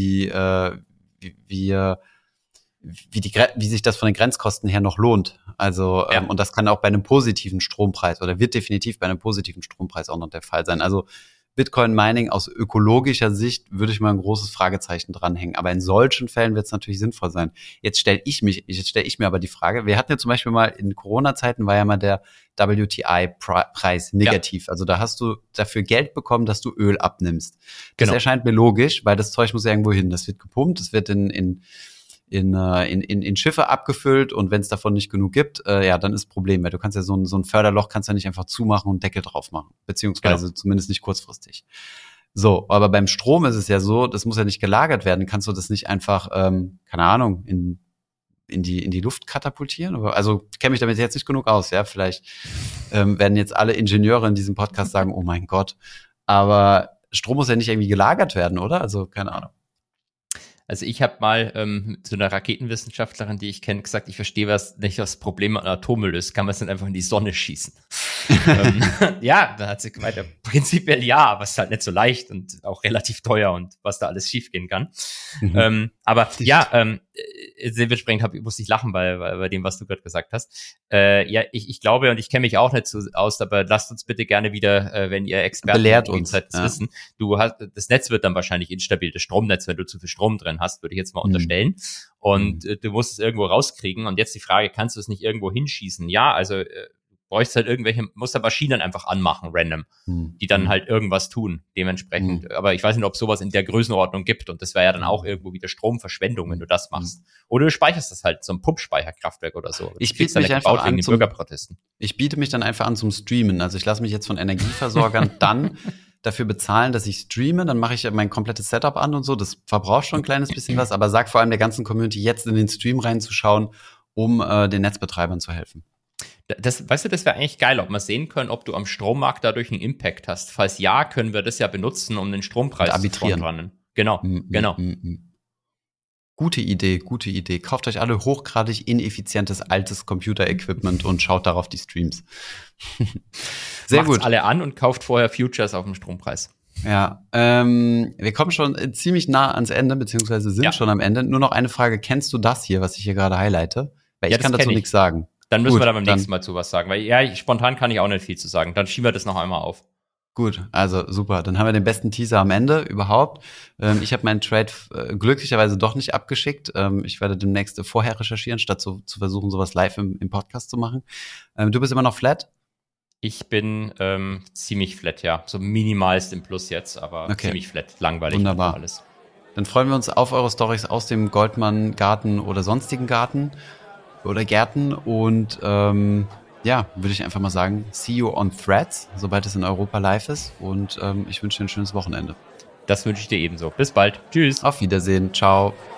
sich das von den Grenzkosten her noch lohnt. Also, und das kann auch bei einem positiven Strompreis oder wird definitiv bei einem positiven Strompreis auch noch der Fall sein. Also Bitcoin Mining aus ökologischer Sicht würde ich mal ein großes Fragezeichen dranhängen. Aber in solchen Fällen wird es natürlich sinnvoll sein. Jetzt stelle ich mir aber die Frage, wir hatten ja zum Beispiel mal in Corona-Zeiten war ja mal der WTI-Preis negativ. Ja. Also da hast du dafür Geld bekommen, dass du Öl abnimmst. Das erscheint mir logisch, weil das Zeug muss ja irgendwo hin. Das wird gepumpt, das wird in Schiffe abgefüllt und wenn es davon nicht genug gibt, dann ist Problem, weil du kannst ja so ein Förderloch kannst ja nicht einfach zumachen und Deckel drauf machen, beziehungsweise zumindest nicht kurzfristig. So, aber beim Strom ist es ja so, das muss ja nicht gelagert werden, kannst du das nicht einfach, keine Ahnung, in die Luft katapultieren? Also kenne mich damit jetzt nicht genug aus, ja, vielleicht werden jetzt alle Ingenieure in diesem Podcast sagen, oh mein Gott, aber Strom muss ja nicht irgendwie gelagert werden, oder? Also keine Ahnung. Also ich habe mal zu einer Raketenwissenschaftlerin, die ich kenne, gesagt, ich verstehe nicht, was das Problem an Atommüll ist. Kann man es dann einfach in die Sonne schießen? Ja, dann hat sie gemeint, ja, prinzipiell ja, aber es ist halt nicht so leicht und auch relativ teuer und was da alles schiefgehen kann. Aber dementsprechend musste ich lachen bei dem, was du gerade gesagt hast. Ich glaube, und ich kenne mich auch nicht so aus, aber lasst uns bitte gerne wieder, wenn ihr Experten belehrt uns seid, das wissen. Das Netz wird dann wahrscheinlich instabil, das Stromnetz, wenn du zu viel Strom drin hast, würde ich jetzt mal unterstellen. Und du musst es irgendwo rauskriegen. Und jetzt die Frage, kannst du es nicht irgendwo hinschießen? Ja, also bräuchst halt musst da Maschinen einfach anmachen, random, die dann halt irgendwas tun, dementsprechend. Aber ich weiß nicht, ob es sowas in der Größenordnung gibt und das wäre ja dann auch irgendwo wieder Stromverschwendung, wenn du das machst. Oder du speicherst das halt, so ein Pumpspeicherkraftwerk oder so. Ich biete mich einfach an Bürgerprotesten. Ich biete mich dann einfach an zum Streamen. Also ich lasse mich jetzt von Energieversorgern dann dafür bezahlen, dass ich streame, dann mache ich mein komplettes Setup an und so, das verbraucht schon ein kleines bisschen was, aber sag vor allem der ganzen Community, jetzt in den Stream reinzuschauen, um den Netzbetreibern zu helfen. Weißt du, das wäre eigentlich geil, ob wir sehen können, ob du am Strommarkt dadurch einen Impact hast. Falls ja, können wir das ja benutzen, um den Strompreis zu frontrannen. Genau. Gute Idee. Kauft euch alle hochgradig ineffizientes altes Computer-Equipment und schaut darauf die Streams. Sehr gut. Macht's alle an und kauft vorher Futures auf dem Strompreis. Ja, wir kommen schon ziemlich nah ans Ende, beziehungsweise sind schon am Ende. Nur noch eine Frage, kennst du das hier, was ich hier gerade highlighte? Weil ich kann dazu nichts sagen. Dann müssen wir da beim nächsten Mal zu was sagen, weil spontan kann ich auch nicht viel zu sagen. Dann schieben wir das noch einmal auf. Gut, also super. Dann haben wir den besten Teaser am Ende überhaupt. Ich habe meinen Trade glücklicherweise doch nicht abgeschickt. Ich werde demnächst vorher recherchieren, statt zu versuchen, sowas live im Podcast zu machen. Du bist immer noch flat? Ich bin ziemlich flat, ja. So minimalst im Plus jetzt, aber ziemlich flat. Langweilig. Wunderbar. Alles. Dann freuen wir uns auf eure Storys aus dem Goldman-Garten oder sonstigen Garten oder Gärten und würde ich einfach mal sagen, see you on Threads, sobald es in Europa live ist und ich wünsche dir ein schönes Wochenende. Das wünsche ich dir ebenso. Bis bald. Tschüss. Auf Wiedersehen. Ciao.